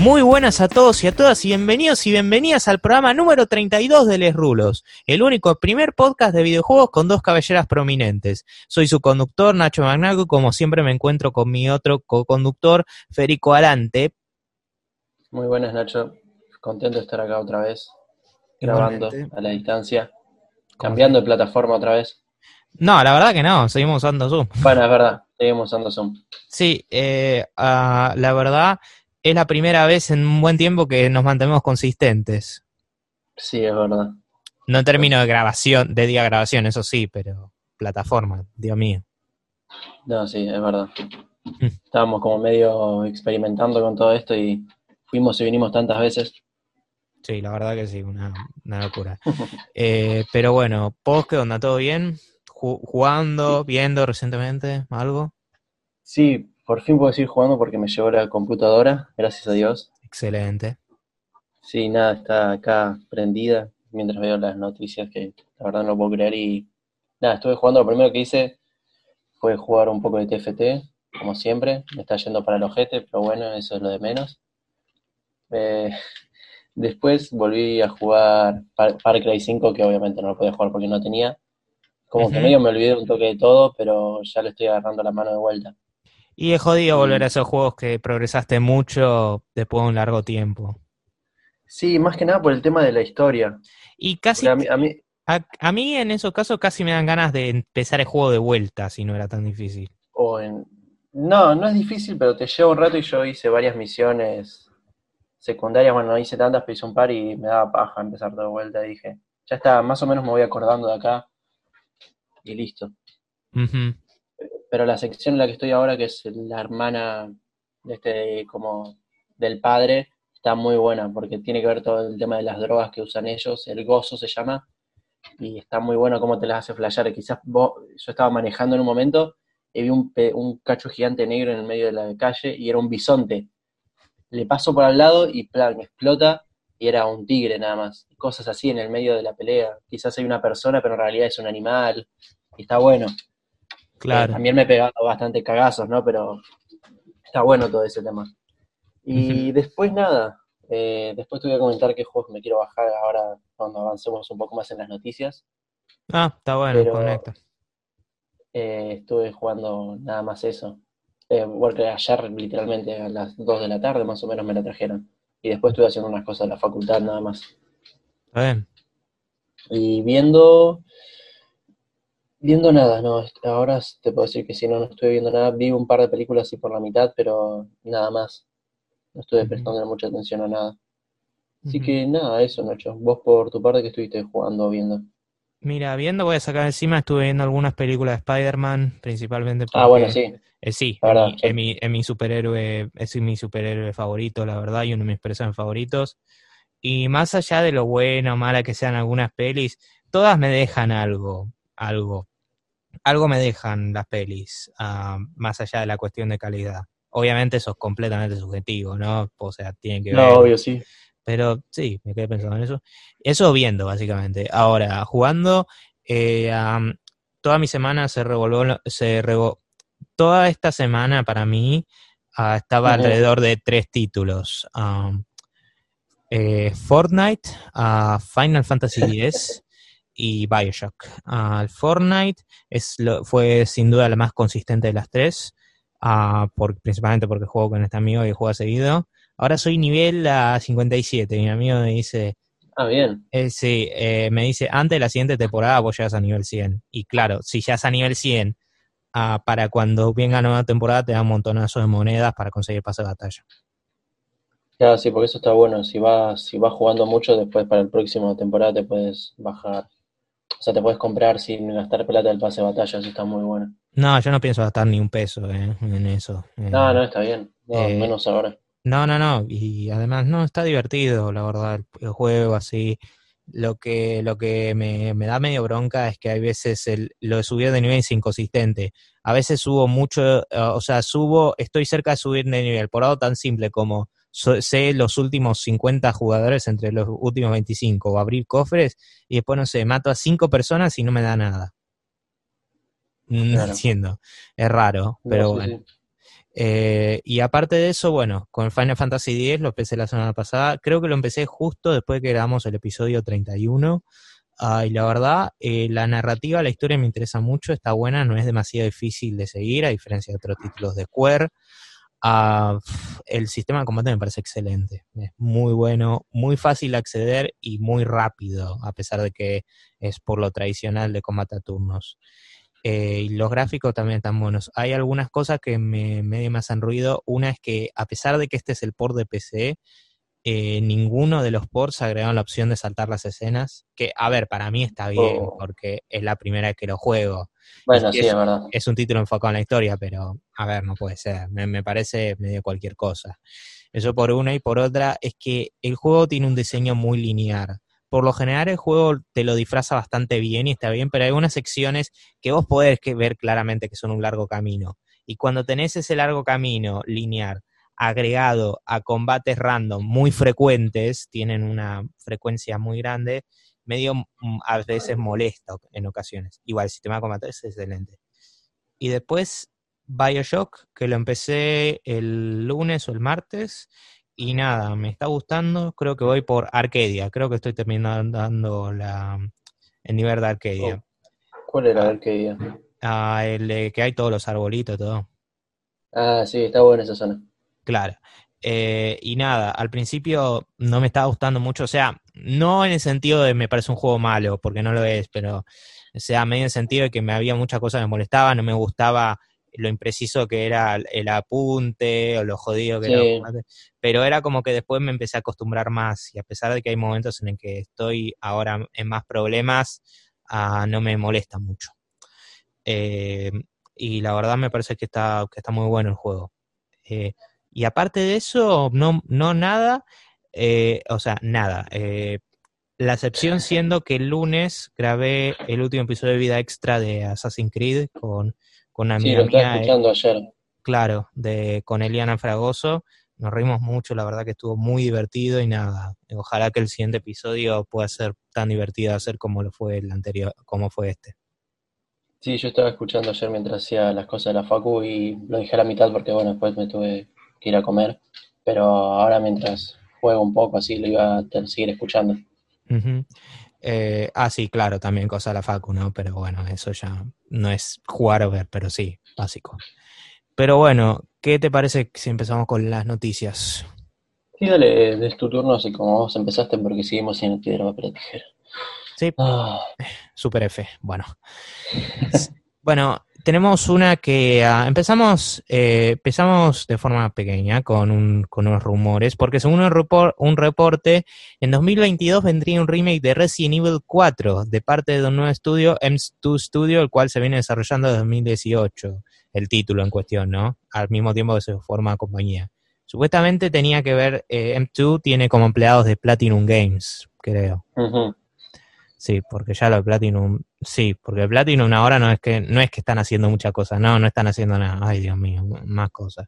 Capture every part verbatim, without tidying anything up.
Muy buenas a todos y a todas y bienvenidos y bienvenidas al programa número treinta y dos de Les Rulos, el único primer podcast de videojuegos con dos cabelleras prominentes. Soy su conductor, Nacho Magnaco, y como siempre me encuentro con mi otro co-conductor, Federico Alante. Muy buenas, Nacho. Contento de estar acá otra vez, grabando Igualmente. a la distancia, cambiando de plataforma otra vez. No, la verdad que no, seguimos usando Zoom. Bueno, es verdad, seguimos usando Zoom. Sí, eh, uh, la verdad es la primera vez en un buen tiempo que nos mantenemos consistentes. Sí, es verdad. No en términos de grabación, de día grabación, eso sí, pero plataforma, Dios mío. No, sí, es verdad. Estábamos como medio experimentando con todo esto y fuimos y vinimos tantas veces. Sí, la verdad que sí, una, una locura. Eh, pero bueno, ¿vos qué onda? ¿Todo bien? ¿Jugando, viendo recientemente algo? Sí, por fin puedo seguir jugando porque me llevó la computadora, gracias a Dios. Excelente. Sí, nada, está acá prendida mientras veo las noticias que la verdad no lo puedo creer y nada, estuve jugando, lo primero que hice fue jugar un poco de T F T, como siempre, me está yendo para el ojete, pero bueno, eso es lo de menos. Eh, Después volví a jugar Far, Far Cry cinco, que obviamente no lo podía jugar porque no tenía. Como que Uh-huh. medio me olvidé un toque de todo, pero ya le estoy agarrando la mano de vuelta. Y es jodido volver a Y esos juegos que progresaste mucho después de un largo tiempo. sí, más que nada por el tema de la historia. Y Porque casi, a mí, a mí a, a mí en esos casos casi me dan ganas de empezar el juego de vuelta si no era tan difícil. o en, no, no es difícil, pero te lleva un rato y yo hice varias misiones secundarias. Bueno, no hice tantas, pero hice un par y me daba paja empezar todo de vuelta. Y dije, ya está, más o menos me voy acordando de acá y listo. Uh-huh. Pero la sección en la que estoy ahora, que es la hermana de este, como del padre, está muy buena porque tiene que ver todo el tema de las drogas que usan ellos, el gozo se llama, y está muy bueno cómo te las hace flashear. Quizás vos, yo estaba manejando en un momento y vi un, pe- un cacho gigante negro en el medio de la calle y era un bisonte. Le paso por al lado y plan, explota y era un tigre nada más. Cosas así en el medio de la pelea. Quizás hay una persona, pero en realidad es un animal. Y está bueno. Eh, Claro. también me he pegado bastante cagazos, ¿no? Pero está bueno todo ese tema. Uh-huh. Y después nada, eh, después te voy a comentar qué juegos me quiero bajar ahora cuando avancemos un poco más en las noticias. Ah, está bueno, Pero conecta. eh, estuve jugando nada más eso. Eh, porque ayer literalmente a las dos de la tarde más o menos me la trajeron. Y después estuve haciendo unas cosas de la facultad nada más. Está bien. Y viendo, viendo nada, no, ahora te puedo decir que si no, no estuve viendo nada. Vi un par de películas así por la mitad, pero nada más. No estuve Uh-huh. prestando mucha atención a nada. Así Uh-huh. que nada, eso, Nacho. Vos por tu parte, ¿que estuviste jugando o viendo? Mira, viendo, voy a sacar encima, estuve viendo algunas películas de Spider-Man, principalmente Ah, bueno, porque, sí, eh, sí, la es verdad. mi, es Yo, mi, es mi superhéroe, es mi superhéroe favorito, la verdad, y uno de mis personajes favoritos. Y más allá de lo bueno o mala que sean algunas pelis, todas me dejan algo, algo, algo me dejan las pelis, uh, más allá de la cuestión de calidad. Obviamente eso es completamente subjetivo, ¿no? O sea, tienen que no, ver. obvio, sí. Pero sí, me quedé pensando en eso. Eso viendo, básicamente. Ahora, jugando, eh, um, toda mi semana se revolvió, se revol... toda esta semana para mí uh, estaba Ujú. alrededor de tres títulos. Um, eh, Fortnite, uh, Final Fantasy X y Bioshock. Uh, Fortnite es lo, fue sin duda la más consistente de las tres, uh, por, principalmente porque juego con este amigo y juega seguido. Ahora soy nivel uh, cincuenta y siete. Mi amigo me dice, Ah, bien. eh, sí, eh, me dice, antes de la siguiente temporada vos llegas a nivel cien. Y claro, si llegas a nivel cien, uh, para cuando venga nueva temporada te dan un montonazo de monedas para conseguir pase de batalla. Claro, sí, porque eso está bueno. Si vas, si vas jugando mucho, después para el próximo temporada te puedes bajar. O sea, te puedes comprar sin gastar plata el pase de batalla. Eso está muy bueno. No, yo no pienso gastar ni un peso eh, en eso. No, Eh, no, está bien. No, eh, menos ahora. no, no, no. Y además, no, está divertido, la verdad, el, el juego así. Lo que, lo que me, me da medio bronca es que hay veces el, lo de subir de nivel es inconsistente. A veces subo mucho, uh, o sea, subo, estoy cerca de subir de nivel, por algo tan simple como so, sé los últimos cincuenta jugadores entre los últimos veinticinco, o abrir cofres, y después, no sé, mato a cinco personas y no me da nada. No Claro. entiendo, es raro, No, pero sí, bueno. sí. Eh, y aparte de eso, bueno, con Final Fantasy X lo empecé la semana pasada. Creo que lo empecé justo después de que grabamos el episodio treinta y uno. Ah, y la verdad, eh, la narrativa, la historia me interesa mucho, está buena, no es demasiado difícil de seguir, a diferencia de otros títulos de Square. Ah, el sistema de combate me parece excelente, es muy bueno, muy fácil de acceder y muy rápido, a pesar de que es por lo tradicional de combate a turnos. Eh, y los gráficos también están buenos. Hay algunas cosas que me medio me hacen ruido. Una es que, a pesar de que este es el port de P C, eh, ninguno de los ports agregaron la opción de saltar las escenas. Que, a ver, para mí está bien, O, porque es la primera vez que lo juego. Y bueno, sí sí, es, es verdad. es un título enfocado en la historia, pero, a ver, no puede ser. Me, me parece medio cualquier cosa. Eso por una, y por otra es que el juego tiene un diseño muy lineal. Por lo general el juego te lo disfraza bastante bien y está bien, pero hay algunas secciones que vos podés que ver claramente que son un largo camino. Y cuando tenés ese largo camino lineal agregado a combates random muy frecuentes, tienen una frecuencia muy grande, medio mm, a veces molesta en ocasiones. Igual el sistema de combate es excelente. Y después BioShock, que lo empecé el lunes o el martes, y nada, me está gustando. Creo que voy por Arcadia, creo que estoy terminando la, el nivel de Arcadia. Oh, ¿cuál era? A Ah, ver qué día. ah, el de que hay todos los arbolitos, todo. Ah, sí, está buena esa zona. Claro. Eh, y nada, al principio no me estaba gustando mucho, o sea, no en el sentido de me parece un juego malo, porque no lo es, pero, o sea, medio en el sentido de que me había muchas cosas que me molestaban, no me gustaba lo impreciso que era el el apunte, o lo jodido que era el Sí, combate, pero era como que después me empecé a acostumbrar más, y a pesar de que hay momentos en el que estoy ahora en más problemas, ah, no me molesta mucho. Eh, y la verdad me parece que está, que está muy bueno el juego. Eh, y aparte de eso, no, no nada, eh, o sea, nada. Eh, la excepción siendo que el lunes grabé el último episodio de Vida Extra de Assassin's Creed con, con una sí, amiga lo estaba mía, eh, escuchando ayer. claro, de, con Eliana Fragoso. Nos reímos mucho, la verdad que estuvo muy divertido y nada. Ojalá que el siguiente episodio pueda ser tan divertido de hacer como lo fue el anterior, como fue este. Sí, yo estaba escuchando ayer mientras hacía las cosas de la facu y lo dejé a la mitad porque, bueno, después me tuve que ir a comer. Pero ahora mientras juego un poco así lo iba a te- seguir escuchando. Ujú. Eh, ah, sí, claro, también cosa de la facu, ¿no? Pero bueno, eso ya no es jugar o ver, pero sí, básico. Pero bueno, ¿qué te parece si empezamos con las noticias? Sí, dale, es tu turno así como vos empezaste porque seguimos sin piedra, papel, tijera. Sí, Ah, Super F. Bueno, S- bueno, tenemos una que ah, empezamos, eh, empezamos de forma pequeña con, un, con unos rumores, porque según un, repor- un reporte, en dos mil veintidós vendría un remake de Resident Evil cuatro de parte de un nuevo estudio, M dos Studio, el cual se viene desarrollando desde dos mil dieciocho, el título en cuestión, ¿no? Al mismo tiempo que se forma compañía. Supuestamente tenía que ver, eh, M dos tiene como empleados de Platinum Games, creo. ujú. Sí, porque ya lo de Platinum, sí, porque Platinum ahora no es que no es que están haciendo muchas cosas, no, no están haciendo nada. Ay, Dios mío, más cosas.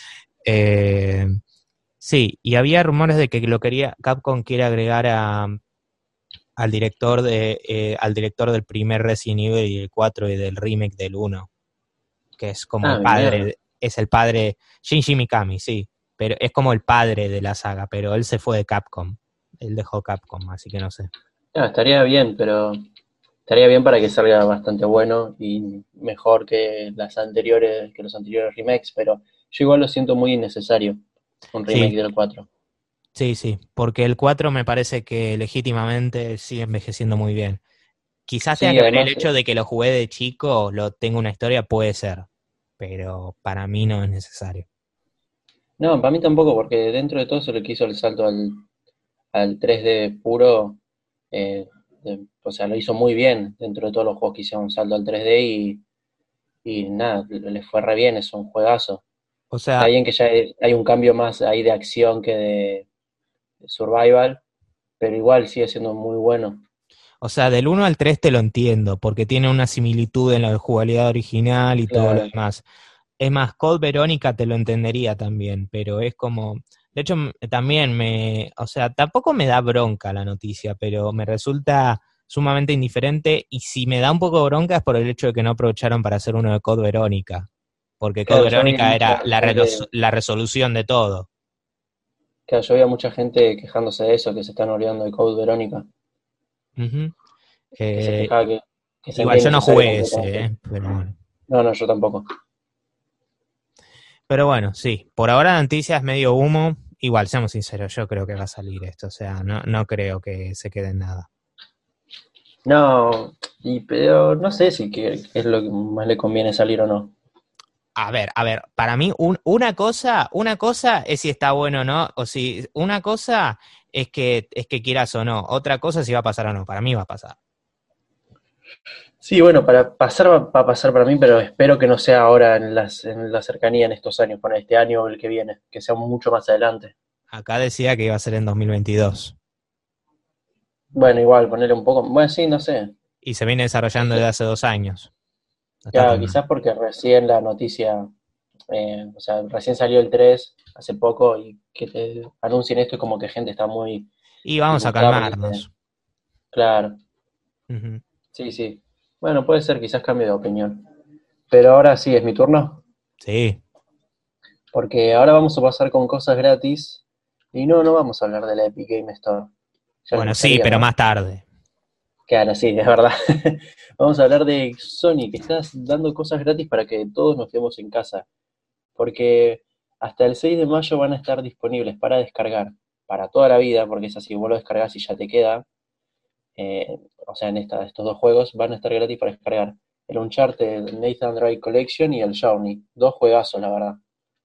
Eh, sí, y había rumores de que lo quería, Capcom quiere agregar a, al director de, eh, al director del primer Resident Evil y el cuatro y del remake del uno, que es como Ah, el mira. padre, es el padre, Shinji Mikami, sí, pero es como el padre de la saga, pero él se fue de Capcom, él dejó Capcom, así que no sé. Ah, estaría bien, pero estaría bien para que salga bastante bueno y mejor que las anteriores, que los anteriores remakes, pero yo igual lo siento muy innecesario, un remake Sí, del cuatro. sí, sí, porque el cuatro me parece que legítimamente sigue envejeciendo muy bien. Quizás tenga Sí, que ver el además, hecho de que lo jugué de chico, lo tengo una historia, puede ser, pero para mí no es necesario. no, para mí tampoco, porque dentro de todo se le quiso el salto al, al tres D puro, eh, de- o sea, lo hizo muy bien dentro de todos los juegos que hicieron un salto al tres D y, y nada, le le fue re bien, es un juegazo. O Está sea, bien que ya hay, hay un cambio más ahí de acción que de, de survival, pero igual sigue siendo muy bueno. o sea, del uno al tres te lo entiendo, porque tiene una similitud en la jugabilidad original y todo lo Claro. demás. Es más, Code Verónica te lo entendería también, pero es como, de hecho, m- también me, o sea, tampoco me da bronca la noticia, pero me resulta sumamente indiferente y si me da un poco de bronca es por el hecho de que no aprovecharon para hacer uno de Code Verónica, porque Code Claro, yo vi Verónica era mucha la, gente, relo- la resolución de todo. claro, yo veía mucha gente quejándose de eso, que se están olvidando de Code Verónica, Ujú. que se Eh, quejaba que, que igual sentía yo no innecesario jugué ese, completamente. ¿eh? Pero bueno. No, no, yo tampoco. Pero bueno, sí, por ahora noticias medio humo. Igual, seamos sinceros, yo creo que va a salir esto, o sea, no, no creo que se quede en nada. No, y pero no sé si que, qué es lo que más le conviene salir o no. A ver, a ver, para mí un- una cosa, una cosa es si está bueno o no, o si una cosa es que es que quieras o no, otra cosa es si va a pasar o no, para mí va a pasar. Sí, bueno, para pasar va, va a pasar para mí, pero espero que no sea ahora en las, en la cercanía en estos años, con este año o el que viene, que sea mucho más adelante. Acá decía que iba a ser en dos mil veintidós Bueno, igual, ponerle un poco, bueno, sí, no sé. y se viene desarrollando desde Quizá- hace dos años. No está ya, tan mal. quizás porque recién la noticia, eh, o sea, recién salió el tres hace poco y que te anuncien esto es como que gente está muy Y vamos a disgustada porque dice, calmarnos. claro, Ujú. sí, sí. Bueno, puede ser, quizás cambie de opinión. Pero ahora sí, es mi turno, Sí. porque ahora vamos a pasar con cosas gratis y no, no vamos a hablar de la Epic Game Store. Ya les Bueno, sí, gustaría, pero ¿no? más tarde. Claro, sí, es verdad. Vamos a hablar de Sony, que está dando cosas gratis para que todos nos quedemos en casa. Porque hasta el seis de mayo van a estar disponibles para descargar para toda la vida, porque es así, vos lo descargas y ya te queda. Eh, o sea, en esta, estos dos juegos van a estar gratis para descargar. El Uncharted Nathan Drake Collection y el Journey. Dos juegazos, la verdad.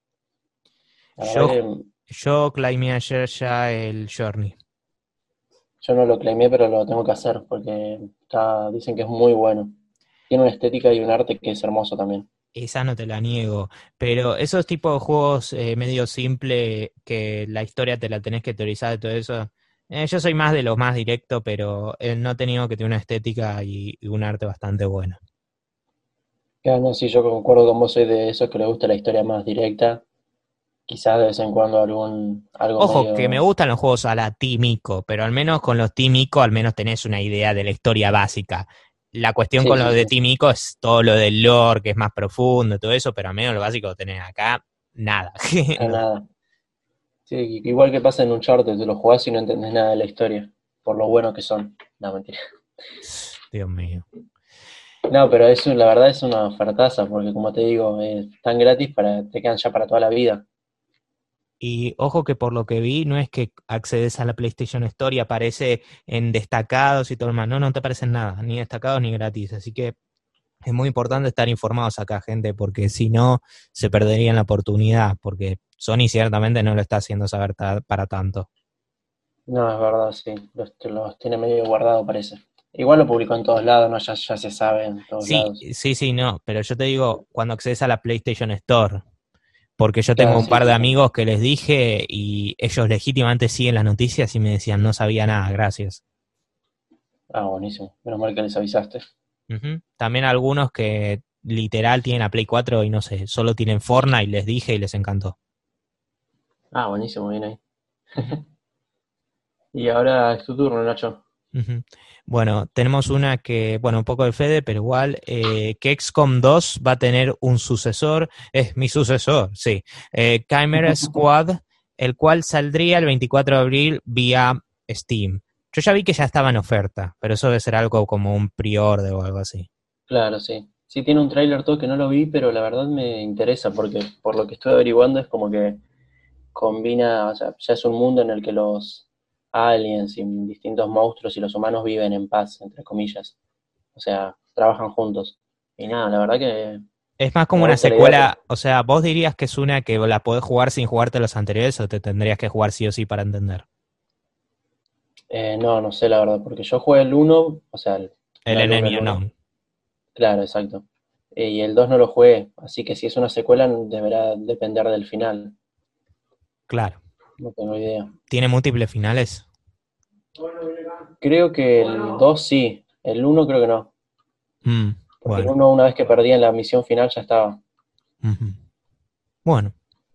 La verdad Yo, que yo claimé ayer ya el Journey. yo no lo claimé, pero lo tengo que hacer porque está, dicen que es muy bueno. Tiene una estética y un arte que es hermoso también. Esa no te la niego, pero esos tipos de juegos eh, medio simple que la historia te la tenés que teorizar y todo eso, eh, yo soy más de lo más directo, pero eh, no he tenido que tener una estética y, y un arte bastante bueno. Ya, no, sí, yo concuerdo con vos, soy de esos que le gusta la historia más directa. Quizás de vez en cuando algún, algo Ojo, que me medio. gustan los juegos a la Team Ico, pero al menos con los Team Ico al menos tenés una idea de la historia básica. La cuestión Sí, con sí, los de sí. Team Ico es todo lo del lore, que es más profundo, todo eso, pero al menos lo básico lo tenés acá, nada. Acá No, nada. Sí, igual que pasa en Uncharted, te lo jugás y no entendés nada de la historia. Por lo bueno que son. No, mentira. Dios mío. No, pero es, un- la verdad es una ofertaza, porque como te digo, es tan gratis para, te quedan ya para toda la vida. Y ojo que por lo que vi, no es que accedes a la PlayStation Store y aparece en destacados y todo lo demás. No, no te aparecen nada, ni destacados ni gratis. Así que es muy importante estar informados acá, gente, porque si no, se perderían la oportunidad, porque Sony ciertamente no lo está haciendo saber ta- para tanto. No, es verdad, sí. Los, los tiene medio guardado, parece. Igual lo publicó en todos lados, ¿no? Ya, ya se sabe en todos Sí, lados. sí, sí, no, pero yo te digo, cuando accedes a la PlayStation Store, porque yo tengo Claro, un sí, par de sí, sí. amigos que les dije y ellos legítimamente siguen las noticias y me decían, no sabía nada, gracias. Ah, buenísimo. Menos mal que les avisaste. Ujú. También algunos que literal tienen la Play cuatro y no sé, solo tienen Fortnite, les dije y les encantó. Ah, buenísimo, bien ahí. Ujú, Y ahora es tu turno, Nacho. ujú. Bueno, tenemos una que, bueno, un poco de Fede, pero igual, eh, que X COM dos va a tener un sucesor, es mi sucesor, sí, eh, Chimera Squad, el cual saldría el veinticuatro de abril vía Steam. Yo ya vi que ya estaba en oferta, pero eso debe ser algo como un pre-order o algo así. Claro, sí. Sí, tiene un tráiler todo que no lo vi, pero la verdad me interesa porque por lo que estoy averiguando es como que combina, o sea, ya es un mundo en el que los aliens y distintos monstruos y los humanos viven en paz, entre comillas. O sea, trabajan juntos. Y nada, la verdad que Es más como me una gusta la idea. por- secuela, o sea, vos dirías que es una que la podés jugar sin jugarte los anteriores o te tendrías que jugar sí o sí para entender. eh, no, no sé la verdad, porque yo jugué el uno, o sea, el- El no el uno, Enemy el uno. Unknown. Claro, exacto. Eh, y el dos no lo jugué, así que si es una secuela deberá depender del final. Claro. No tengo idea. ¿Tiene múltiples finales? Creo que el dos sí, el uno creo que no. Mm, Porque el bueno. uno una vez que perdí en la misión final ya estaba. Ujú. Bueno,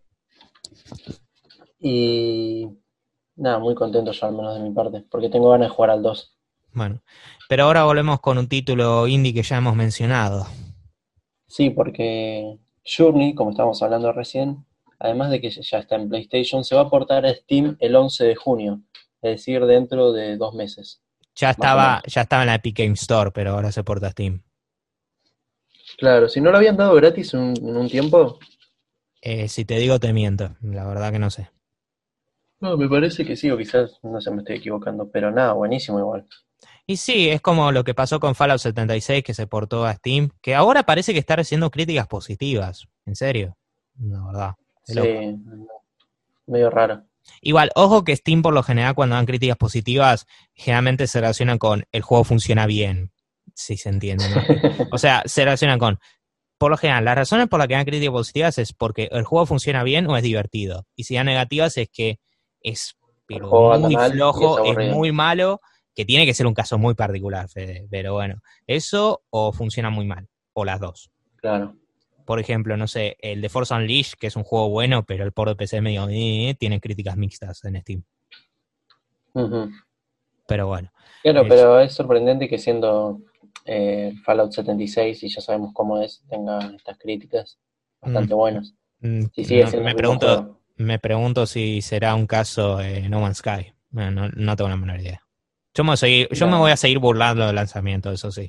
Y nada, muy contento yo al menos de mi parte, porque tengo ganas de jugar al dos. bueno. Pero ahora volvemos con un título indie que ya hemos mencionado. Sí, porque Journey, como estábamos hablando recién, además de que ya está en PlayStation, se va a portar a Steam el once de junio, es decir, dentro de dos meses, Ya más o estaba, menos. ya estaba en la Epic Game Store, pero ahora se porta a Steam. Claro, si no lo habían dado gratis en un, en un tiempo, Eh, si te digo, te miento. La verdad que no sé. no, me parece que sí, o quizás no se me estoy equivocando, pero nada, buenísimo igual. Y sí, es como lo que pasó con Fallout setenta y seis, que se portó a Steam, que ahora parece que está recibiendo críticas positivas. En serio. La verdad. Qué loco. Sí, medio raro. Igual, ojo que Steam por lo general cuando dan críticas positivas, generalmente se relacionan con el juego funciona bien, si se entiende más que. O sea, se relacionan con, por lo general, las razones por las que dan críticas positivas es porque el juego funciona bien o es divertido. Y si dan negativas es que es, El pero juego anda muy mal y es flojo, es aburrido. muy malo, que tiene que ser un caso muy particular, Fede. Pero bueno, eso o funciona muy mal, o las dos. Claro. Por ejemplo, no sé, el de Force Unleashed, que es un juego bueno, pero el port de P C medio, eh, tiene críticas mixtas en Steam. Ujú. Pero bueno, Claro, es, pero es sorprendente que siendo eh, Fallout setenta y seis, y ya sabemos cómo es, tenga estas críticas mm, bastante buenas. mm, Si sigue no, siendo me el mismo pregunto, juego. me pregunto si será un caso eh, No Man's Sky. No, no, no tengo la menor idea. Yo me, voy a seguir, yo me voy a No. seguir burlando del lanzamiento, eso sí.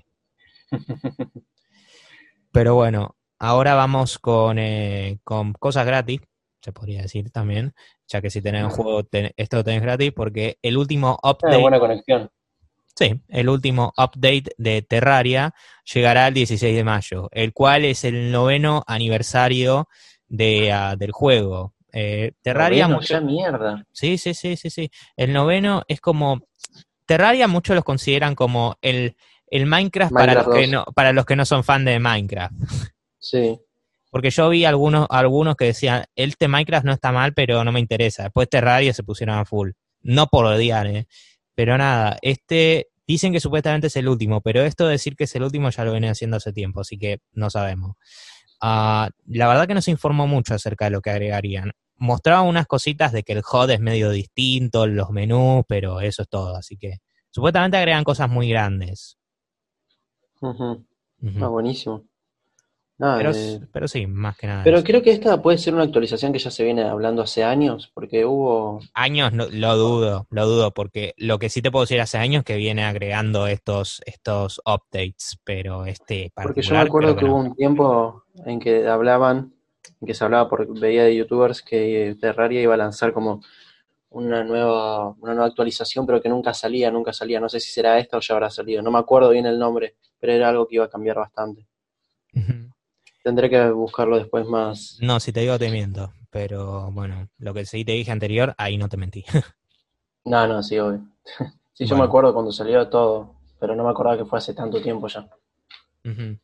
Pero bueno, ahora vamos con, eh, con cosas gratis, se podría decir también, ya que si tenés un juego, ten- esto lo tenés gratis, porque el último Ah, update. buena conexión. Sí, el último update de Terraria llegará el dieciséis de mayo, el cual es el noveno aniversario de, ah, del juego. Eh, Terraria, Noveno, mucho. ya mierda. Sí, sí, sí, sí, sí. El noveno es como. Terraria muchos los consideran como el, el Minecraft para Minecraft los que dos. no, para los que no son fan de Minecraft. Sí. Porque yo vi algunos, algunos que decían, este Minecraft no está mal, pero no me interesa. Después Terraria se pusieron a full. No por odiar, ¿eh? Pero nada, este dicen que supuestamente es el último, pero esto de decir que es el último ya lo viene haciendo hace tiempo, así que no sabemos. Uh, la verdad que no se informó mucho acerca de lo que agregarían. Mostraban unas cositas de que el H U D es medio distinto, los menús, pero eso es todo, así que supuestamente agregan cosas muy grandes. Ujú. Ah, Ujú. buenísimo. Nada, Pero, eh, pero sí, más que nada pero eso. creo que esta puede ser una actualización que ya se viene hablando hace años, porque hubo... Años no- lo dudo, lo dudo, porque lo que sí te puedo decir hace años que viene agregando estos, estos updates, pero este Porque yo me particular creo acuerdo que que hubo no. un tiempo en que hablaban, en que se hablaba por veía de youtubers que Terraria iba a lanzar como una nueva, una nueva actualización, pero que nunca salía, nunca salía. No sé si será esta o ya habrá salido. No me acuerdo bien el nombre, pero era algo que iba a cambiar bastante. Ujú. Tendré que buscarlo después más. No, si te digo te miento, pero bueno, lo que sí te dije anterior, ahí no te mentí. No, no, sí, obvio. Sí, yo me Bueno, acuerdo cuando salió todo, pero no me acordaba que fue hace tanto tiempo ya. ujú.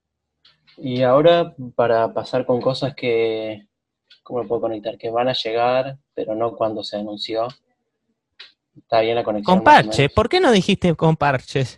Y ahora, para pasar con cosas que, ¿cómo lo puedo conectar? Que van a llegar, pero no cuando se anunció. Está bien la Con conexión más o parches, menos. ¿por qué no dijiste con parches?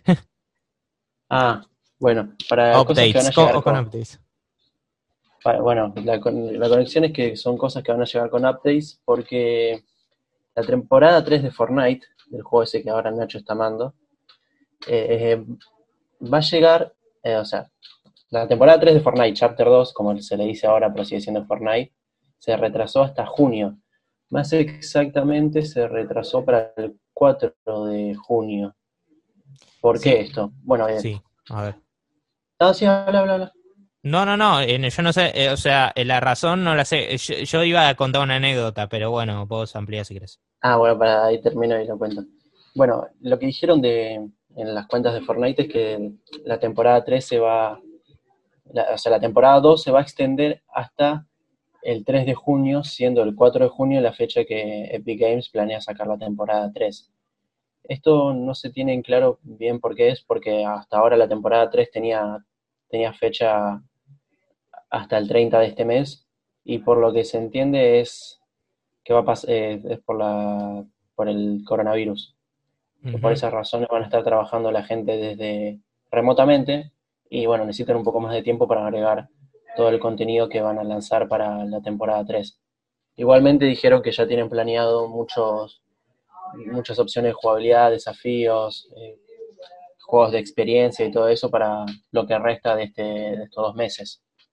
Ah, bueno, para cosas que van Updates, a co- llegar o con con... updates. para- bueno, la, con- la conexión es que son cosas que van a llegar con updates porque la temporada tres de Fortnite, del juego ese que ahora Nacho está amando, eh, eh, va a llegar, eh, o sea, la temporada tres de Fortnite, Chapter dos, como se le dice ahora, pero sigue siendo Fortnite, se retrasó hasta junio. Más exactamente se retrasó para el cuatro de junio. ¿Por qué Sí, esto? Bueno, bien. sí, a ver. No, sí, habla, habla, habla. No, no, no, eh, yo no sé, eh, o sea, eh, la razón no la sé. Yo, yo iba a contar una anécdota, pero bueno, vos amplía si querés. Ah, bueno, para ahí termino y lo cuento. Bueno, lo que dijeron de, en las cuentas de Fortnite es que la temporada tres se va, la- o sea, la temporada dos se va a extender hasta el tres de junio, siendo el cuatro de junio la fecha que Epic Games planea sacar la temporada tres. Esto no se tiene en claro bien por qué es, porque hasta ahora la temporada tres tenía, tenía fecha hasta el treinta de este mes, y por lo que se entiende es que va a pasar, eh, es por la, por el coronavirus, que por Ujú. esas razones van a estar trabajando la gente desde remotamente, y bueno, necesitan un poco más de tiempo para agregar todo el contenido que van a lanzar para la temporada tres. Igualmente dijeron que ya tienen planeado muchos, muchas opciones de jugabilidad, desafíos, eh, juegos de experiencia y todo eso para lo que resta de, este, de estos dos meses.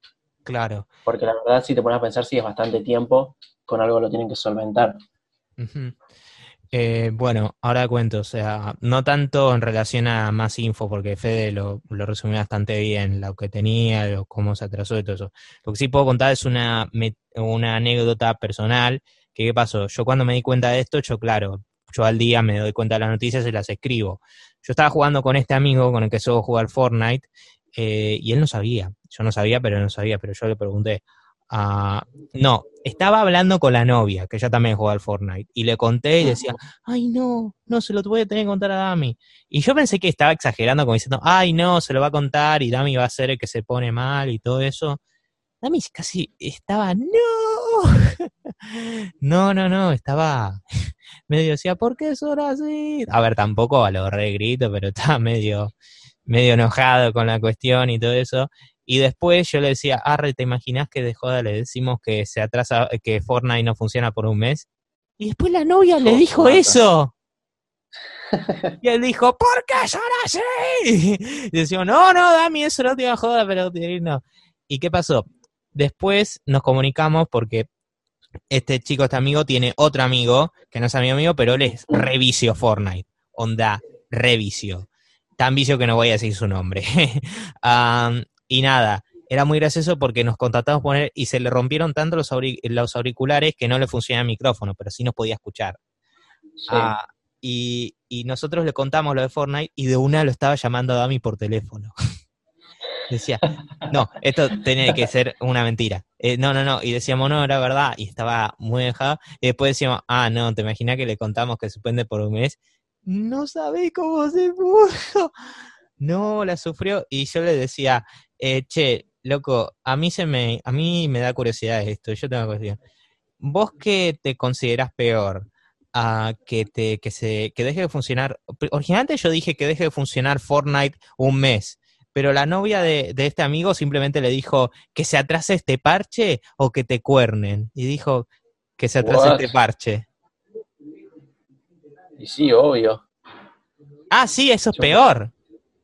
claro. Porque la verdad, si te pones a pensar, sí es bastante tiempo, con algo lo tienen que solventar. Ujú. Eh, bueno, ahora cuento, o sea, no tanto en relación a más info, porque Fede lo, lo resumió bastante bien, lo que tenía, lo, cómo se atrasó y todo eso. Lo que sí puedo contar es una, me- una anécdota personal, que qué pasó. Yo cuando me di cuenta de esto, yo claro, yo al día me doy cuenta de las noticias y las escribo. Yo estaba jugando con este amigo con el que suelo jugar Fortnite, eh, y él no sabía. Yo no sabía, pero él no sabía, pero yo le pregunté. Ah, no, estaba hablando con la novia, que ella también juega al Fortnite, y le conté y decía, ay no, no se lo voy a tener que contar a Dami. Y yo pensé que estaba exagerando como diciendo, ay no, se lo va a contar y Dami va a ser el que se pone mal y todo eso. Dami casi estaba, no, no, no, no, estaba medio decía, ¿por qué son así? A ver, tampoco a lo re grito, pero estaba medio, medio enojado con la cuestión y todo eso. Y después yo le decía, Arre, ¿te imaginas que de joda le decimos que se atrasa, que Fortnite no funciona por un mes? Y después la novia le Yo, se dijo mata. eso. Y él dijo, ¿por qué son así? Y decimos, no, no, Dami, eso no te iba a joda, pero no. ¿Y qué pasó? Después nos comunicamos porque este chico, este amigo, tiene otro amigo, que no es amigo mío, pero él es revicio Fortnite. Onda, revicio. Tan vicio que no voy a decir su nombre. um, y nada, era muy gracioso porque nos contactamos por él y se le rompieron tanto los, auric los auriculares que no le funcionaba el micrófono, pero sí nos podía escuchar. Sí. Ah, y, y nosotros le contamos lo de Fortnite y de una lo estaba llamando a Dami por teléfono. Decía, no, esto tenía que ser una mentira. Eh, no, no, no. Y decíamos, no, era verdad. Y estaba muy enojado. Y después decíamos, ah, no, te imaginas que le contamos que suspende por un mes. No sabés cómo se puso. No, la sufrió. Y yo le decía, eh, che, loco, a mí se me, a mí me da curiosidad esto. Yo tengo una cuestión. ¿Vos qué te considerás peor? A que te, que se, que deje de funcionar. Originalmente yo dije que deje de funcionar Fortnite un mes, pero la novia de, de este amigo simplemente le dijo que se atrase este parche o que te cuernen. Y dijo que se atrase What? este parche. Y sí, obvio. Ah, sí, eso es Yo prefiero, peor.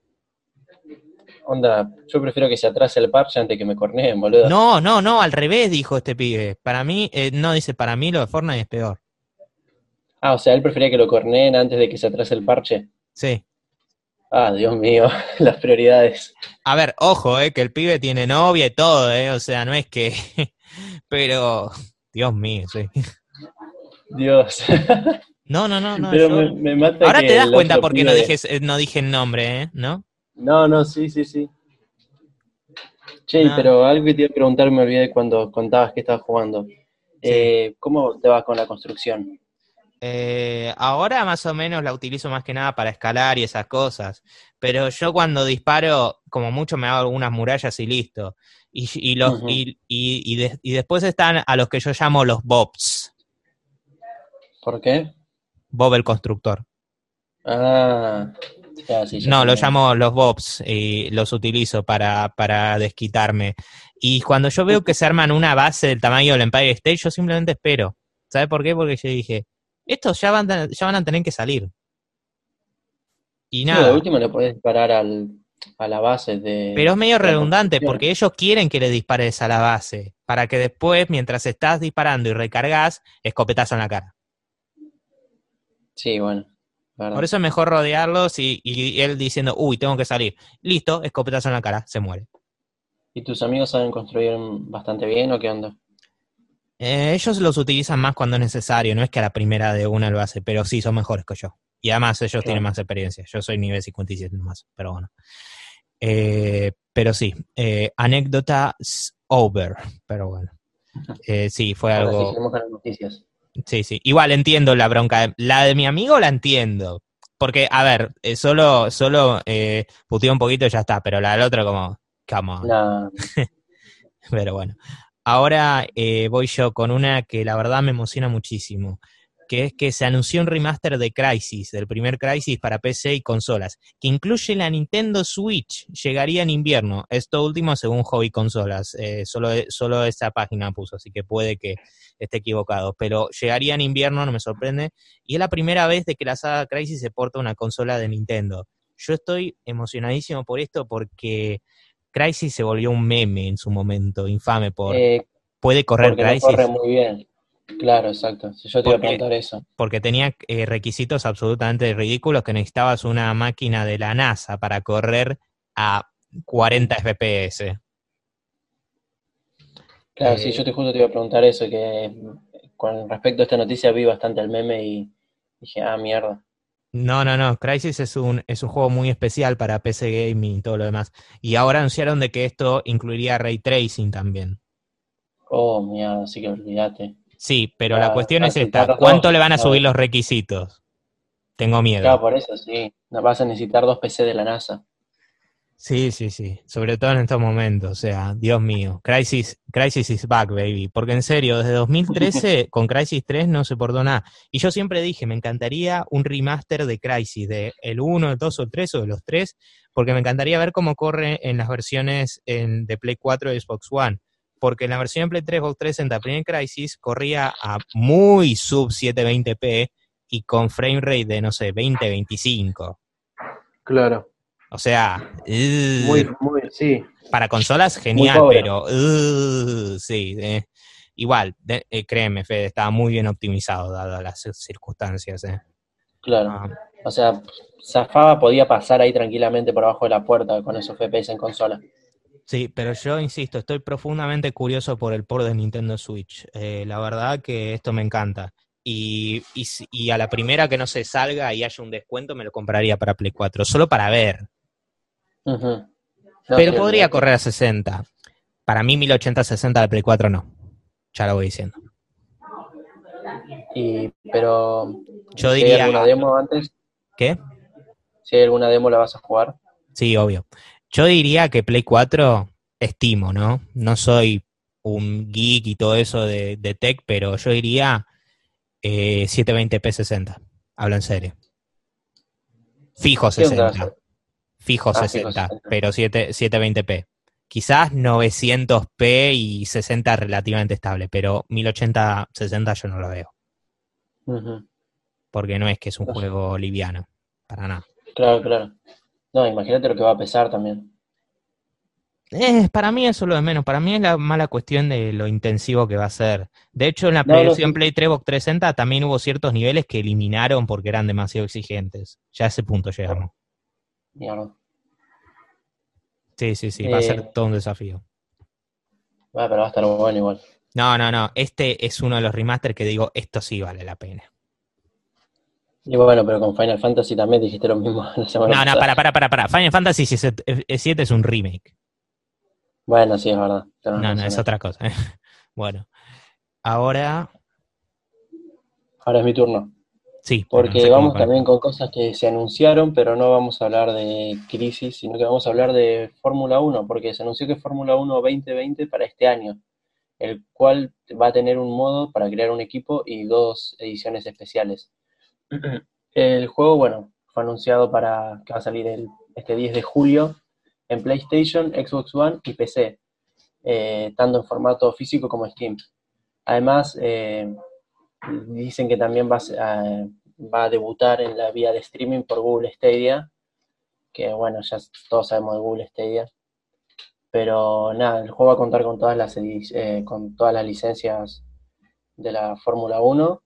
onda, yo prefiero que se atrase el parche antes que me corneen, boludo. No, no, no, al revés, dijo este pibe. Para mí, eh, no dice, para mí lo de Fortnite es peor. Ah, o sea, él prefería que lo corneen antes de que se atrase el parche. Sí. Ah, Dios mío, las prioridades. A ver, ojo, eh, que el pibe tiene novia y todo, eh, o sea, no es que... Pero, Dios mío, sí. Dios. No, no, no, no, Pero yo... me, me mata Ahora te que das el cuenta otro por qué no pibe. dije, eh, no dije el nombre, ¿eh? ¿No? No, no, sí, sí, sí. Che, No, pero algo que te iba a preguntar me olvidé cuando contabas que estabas jugando. sí. Eh, ¿cómo te vas con la construcción? Eh, ahora más o menos la utilizo más que nada para escalar y esas cosas. Pero yo cuando disparo, como mucho me hago algunas murallas y listo. Y, y los, Ujú. y, y, y, de- y después están a los que yo llamo los bobs. ¿Por qué? Bob el constructor. Ah, ya, sí, ya sé No, los quién es. llamo los bobs y los utilizo para, para desquitarme. Y cuando yo veo que se arman una base del tamaño del Empire State, yo simplemente espero. ¿Sabes por qué? Porque yo dije, estos ya van, a- ya van a tener que salir. Y Sí, o de nada. última le podés disparar al, a la base Pero de, es medio de la redundante porque construcción. ellos quieren que le dispares a la base. Para que después, mientras estás disparando y recargas, escopetazo en la cara. Sí, bueno, Por verdad. eso es mejor rodearlos y, y él diciendo, uy, tengo que salir. Listo, escopetazo en la cara, se muere. ¿Y tus amigos saben construir bastante bien o qué onda? Eh, ellos los utilizan más cuando es necesario, no es que a la primera de una lo hace, pero sí, son mejores que yo. Y además ellos tienen Claro. más experiencia. Yo soy nivel cincuenta y siete nomás, pero bueno. Eh, pero sí, eh, anécdota over, pero bueno. Eh, sí, fue Ahora sí, algo... seguimos con las noticias. Sí, sí. Igual entiendo la bronca. La de mi amigo la entiendo. Porque, a ver, eh, solo, solo eh, puteó un poquito y ya está, pero la del otro como, come on. Nada, Pero bueno, ahora eh, voy yo con una que la verdad me emociona muchísimo, que es que se anunció un remaster de Crysis, del primer Crysis para P C y consolas, que incluye la Nintendo Switch, llegaría en invierno, esto último según Hobby Consolas, eh, solo, solo esa página puso, así que puede que esté equivocado, pero llegaría en invierno, no me sorprende, y es la primera vez de que la saga Crysis se porta a una consola de Nintendo. Yo estoy emocionadísimo por esto porque Crysis se volvió un meme en su momento, infame por... Eh, ¿Puede correr Porque no corre Crysis? muy bien. Claro, exacto. Si yo te iba a Porque, preguntar eso. porque tenía eh, requisitos absolutamente ridículos que necesitabas una máquina de la NASA para correr a Ujú. cuarenta F P S. Claro, sí, yo Eh, te justo te iba a preguntar eso, que con respecto a esta noticia vi bastante el meme y dije, ah, mierda. no, no, no. Crysis es un, es un juego muy especial para P C Gaming y todo lo demás. Y ahora anunciaron de que esto incluiría ray tracing también. Oh, mierda, así que olvídate. Sí, pero la Va, cuestión va a es necesitar esta. ¿Cuánto dos. le van a A subir ver, los requisitos? Tengo miedo. claro, por eso sí. No, vas a necesitar dos P C de la NASA. Sí, sí, sí. Sobre todo en estos momentos. O sea, Dios mío. Crisis, Crisis is back, baby. Porque en serio, desde dos mil trece con Crisis tres no se portó nada. Y yo siempre dije, me encantaría un remaster de Crisis, de el uno, el dos o el tres o de los tres, porque me encantaría ver cómo corre en las versiones en, de Play cuatro y Xbox One. Porque en la versión de Play tres, Xbox trescientos en Primer Crisis corría a muy sub setecientos veinte p y con frame rate de, no sé, veinte, veinticinco. Claro. O sea, Muy, uh, muy, sí. para consolas, Muy genial, pobre. pero uh, sí, eh, igual, de, eh, créeme, Fede, estaba muy bien optimizado dadas las circunstancias. Eh. Claro. Ah, O sea, zafaba, podía pasar ahí tranquilamente por abajo de la puerta con esos F P S en consola. sí, pero yo insisto, estoy profundamente curioso por el port de Nintendo Switch. Eh, la verdad que esto me encanta. Y, y, si- y a la primera que no se salga y haya un descuento, me lo compraría para Play cuatro, solo para ver. Ujú. No, Pero sí, podría olvídate. correr a sesenta. Para mí, mil ochenta sesenta de Play cuatro no. Ya lo voy diciendo. Y, pero Yo si hay diría, alguna demo antes, ¿qué? si hay alguna demo la vas a jugar. Sí, obvio. Yo diría que Play cuatro estimo, ¿no? No soy un geek y todo eso de, de tech, pero yo diría eh, setecientos veinte p sesenta. Hablo en serio. Fijo ¿Qué onda? sesenta. Fijo Ah, fijo, sesenta, sesenta. pero siete- setecientos veinte p. Quizás novecientos p y sesenta relativamente estable, pero mil ochenta sesenta yo no lo veo. Ujú. Porque no es que es un No sé. juego liviano. Para nada. Claro, claro. No, imagínate lo que va a pesar también. Eh, para mí eso es lo de menos. Para mí es la mala cuestión de lo intensivo que va a ser. De hecho, en la No, no, versión sí. Play tres Xbox trescientos sesenta también hubo ciertos niveles que eliminaron porque eran demasiado exigentes. Ya a ese punto llegamos. Mierda. Sí, sí, sí, va a ser Eh, todo un desafío. bueno, pero va a estar bueno igual. No, no, no. Este es uno de los remasters que digo, esto sí vale la pena. Y bueno, pero con Final Fantasy también dijiste lo mismo la semana No, no, pasada. para, para, para, para. Final Fantasy siete es un remake. Bueno, sí, es verdad. Tenés No, no, razón es ahí. otra cosa. Bueno, ahora Ahora es mi turno. sí, pero no Porque sé cómo vamos con esto. también con cosas que se anunciaron, pero no vamos a hablar de crisis, sino que vamos a hablar de Fórmula Uno, porque se anunció que Fórmula Uno veinte veinte para este año, el cual va a tener un modo para crear un equipo y dos ediciones especiales. El juego, bueno, fue anunciado para que va a salir el, este diez de julio en PlayStation, Xbox One y P C, eh, tanto en formato físico como Steam. Además, eh, dicen que también va a, eh, va a debutar en la vía de streaming por Google Stadia, que bueno, ya todos sabemos de Google Stadia. Pero nada, el juego va a contar con todas las, eh, con todas las licencias de la Fórmula Uno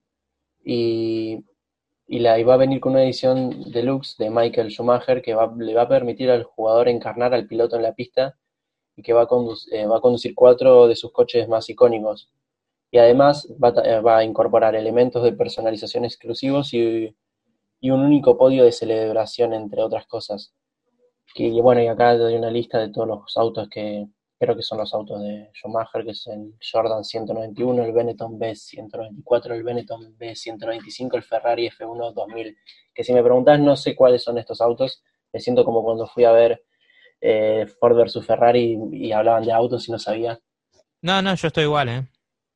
y, y, la, y va a venir con una edición deluxe de Michael Schumacher que va, le va a permitir al jugador encarnar al piloto en la pista y que va a, conduc eh, va a conducir cuatro de sus coches más icónicos. Y además va a, eh, va a incorporar elementos de personalización exclusivos y, y un único podio de celebración, entre otras cosas. Y bueno, y acá te doy una lista de todos los autos que creo que son los autos de Schumacher, que es el Jordan ciento noventa y uno, el Benetton B ciento noventa y cuatro, el Benetton B ciento noventa y cinco, el Ferrari F uno dos mil. Que si me preguntás, no sé cuáles son estos autos. Me siento como cuando fui a ver eh, Ford versus Ferrari y, y hablaban de autos y no sabía. No, no, yo estoy igual, ¿eh?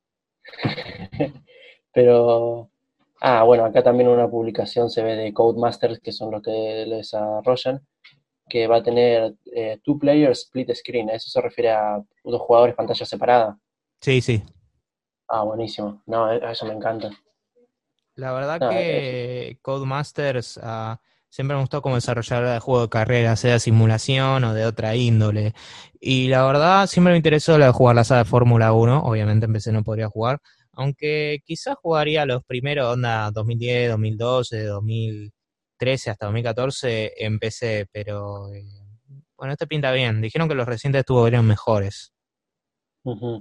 Pero, ah, bueno, acá también una publicación se ve de Codemasters, que son los que lo desarrollan, que va a tener eh, two players split screen. Eso se refiere a dos jugadores pantalla separada. Sí, sí. Ah, buenísimo. No, a eso me encanta. La verdad No, es, que Codemasters uh, Siempre me gustó como desarrollar el juego de carrera, sea de simulación o de otra índole. Y la verdad, siempre me interesó la de jugar la saga de Fórmula uno. Obviamente en P C no podría jugar. Aunque quizás jugaría los primeros, onda dos mil diez, dos mil doce, dos mil trece hasta dos mil catorce en P C. Pero eh, bueno, este pinta bien. Dijeron que los recientes eran mejores. Ujú.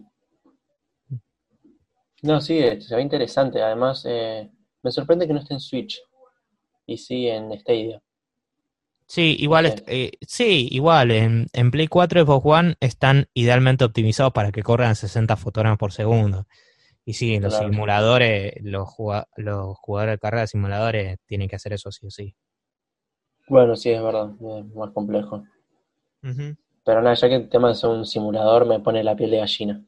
No, sí, eh, se ve interesante. Además, eh, me sorprende que no esté en Switch y sí en Stadia. Sí, No igual, sé, est- eh, sí, igual, en, en Play cuatro y Xbox One están idealmente optimizados para que corran sesenta fotogramas por segundo. Y sí, en los claro. simuladores, los, juga- los jugadores de carrera de simuladores tienen que hacer eso sí o sí. Bueno, sí, es verdad, es más complejo. Ujú. Pero nada, ya que el tema de ser un simulador me pone la piel de gallina.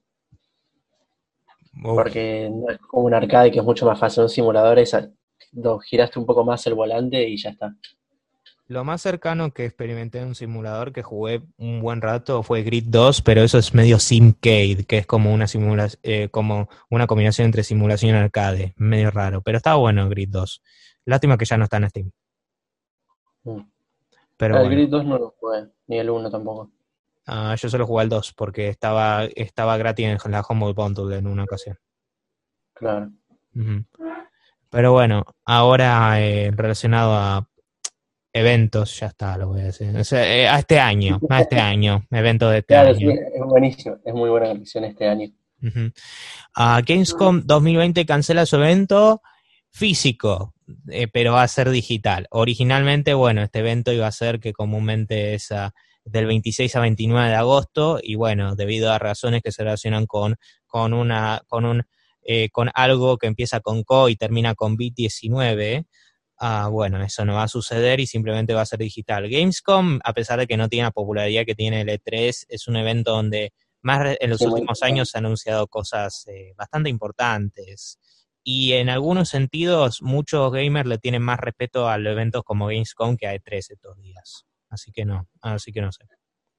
Uf. Porque no es como un arcade que es mucho más fácil. Un simulador es, a- lo giraste un poco más el volante y ya está. Lo más cercano que experimenté en un simulador que jugué un buen rato fue Grid dos, pero eso es medio simcade, que es como una simula eh, como una combinación entre simulación y arcade, medio raro, pero estaba bueno Grid dos. Lástima que ya no está en Steam, Mm. pero El bueno. Grid dos no lo jugué, ni el uno tampoco. Ah, yo solo jugué al dos porque estaba, estaba gratis en la Humble Bundle en una ocasión. Claro. Ujú. Pero bueno, ahora eh, relacionado a eventos, ya está, lo voy a decir. O sea, eh, a este año, a este año, eventos de este Claro, sí, año. es buenísimo. Es muy buena colección este año. Ujú. Ah, Gamescom dos mil veinte cancela su evento físico, eh, pero va a ser digital. Originalmente, bueno, este evento iba a ser que comúnmente es a- del veintiséis a veintinueve de agosto y bueno, debido a razones que se relacionan con, con una, con un, eh, con algo que empieza con co y termina con bit diecinueve. Ah, bueno, eso no va a suceder y simplemente va a ser digital. Gamescom, a pesar de que no tiene la popularidad que tiene el E tres, es un evento donde más re- en los Sí, muy últimos años importante. se han anunciado cosas eh, bastante importantes. Y en algunos sentidos, muchos gamers le tienen más respeto a los eventos como Gamescom que a E tres estos días. Así que no, así que no sé.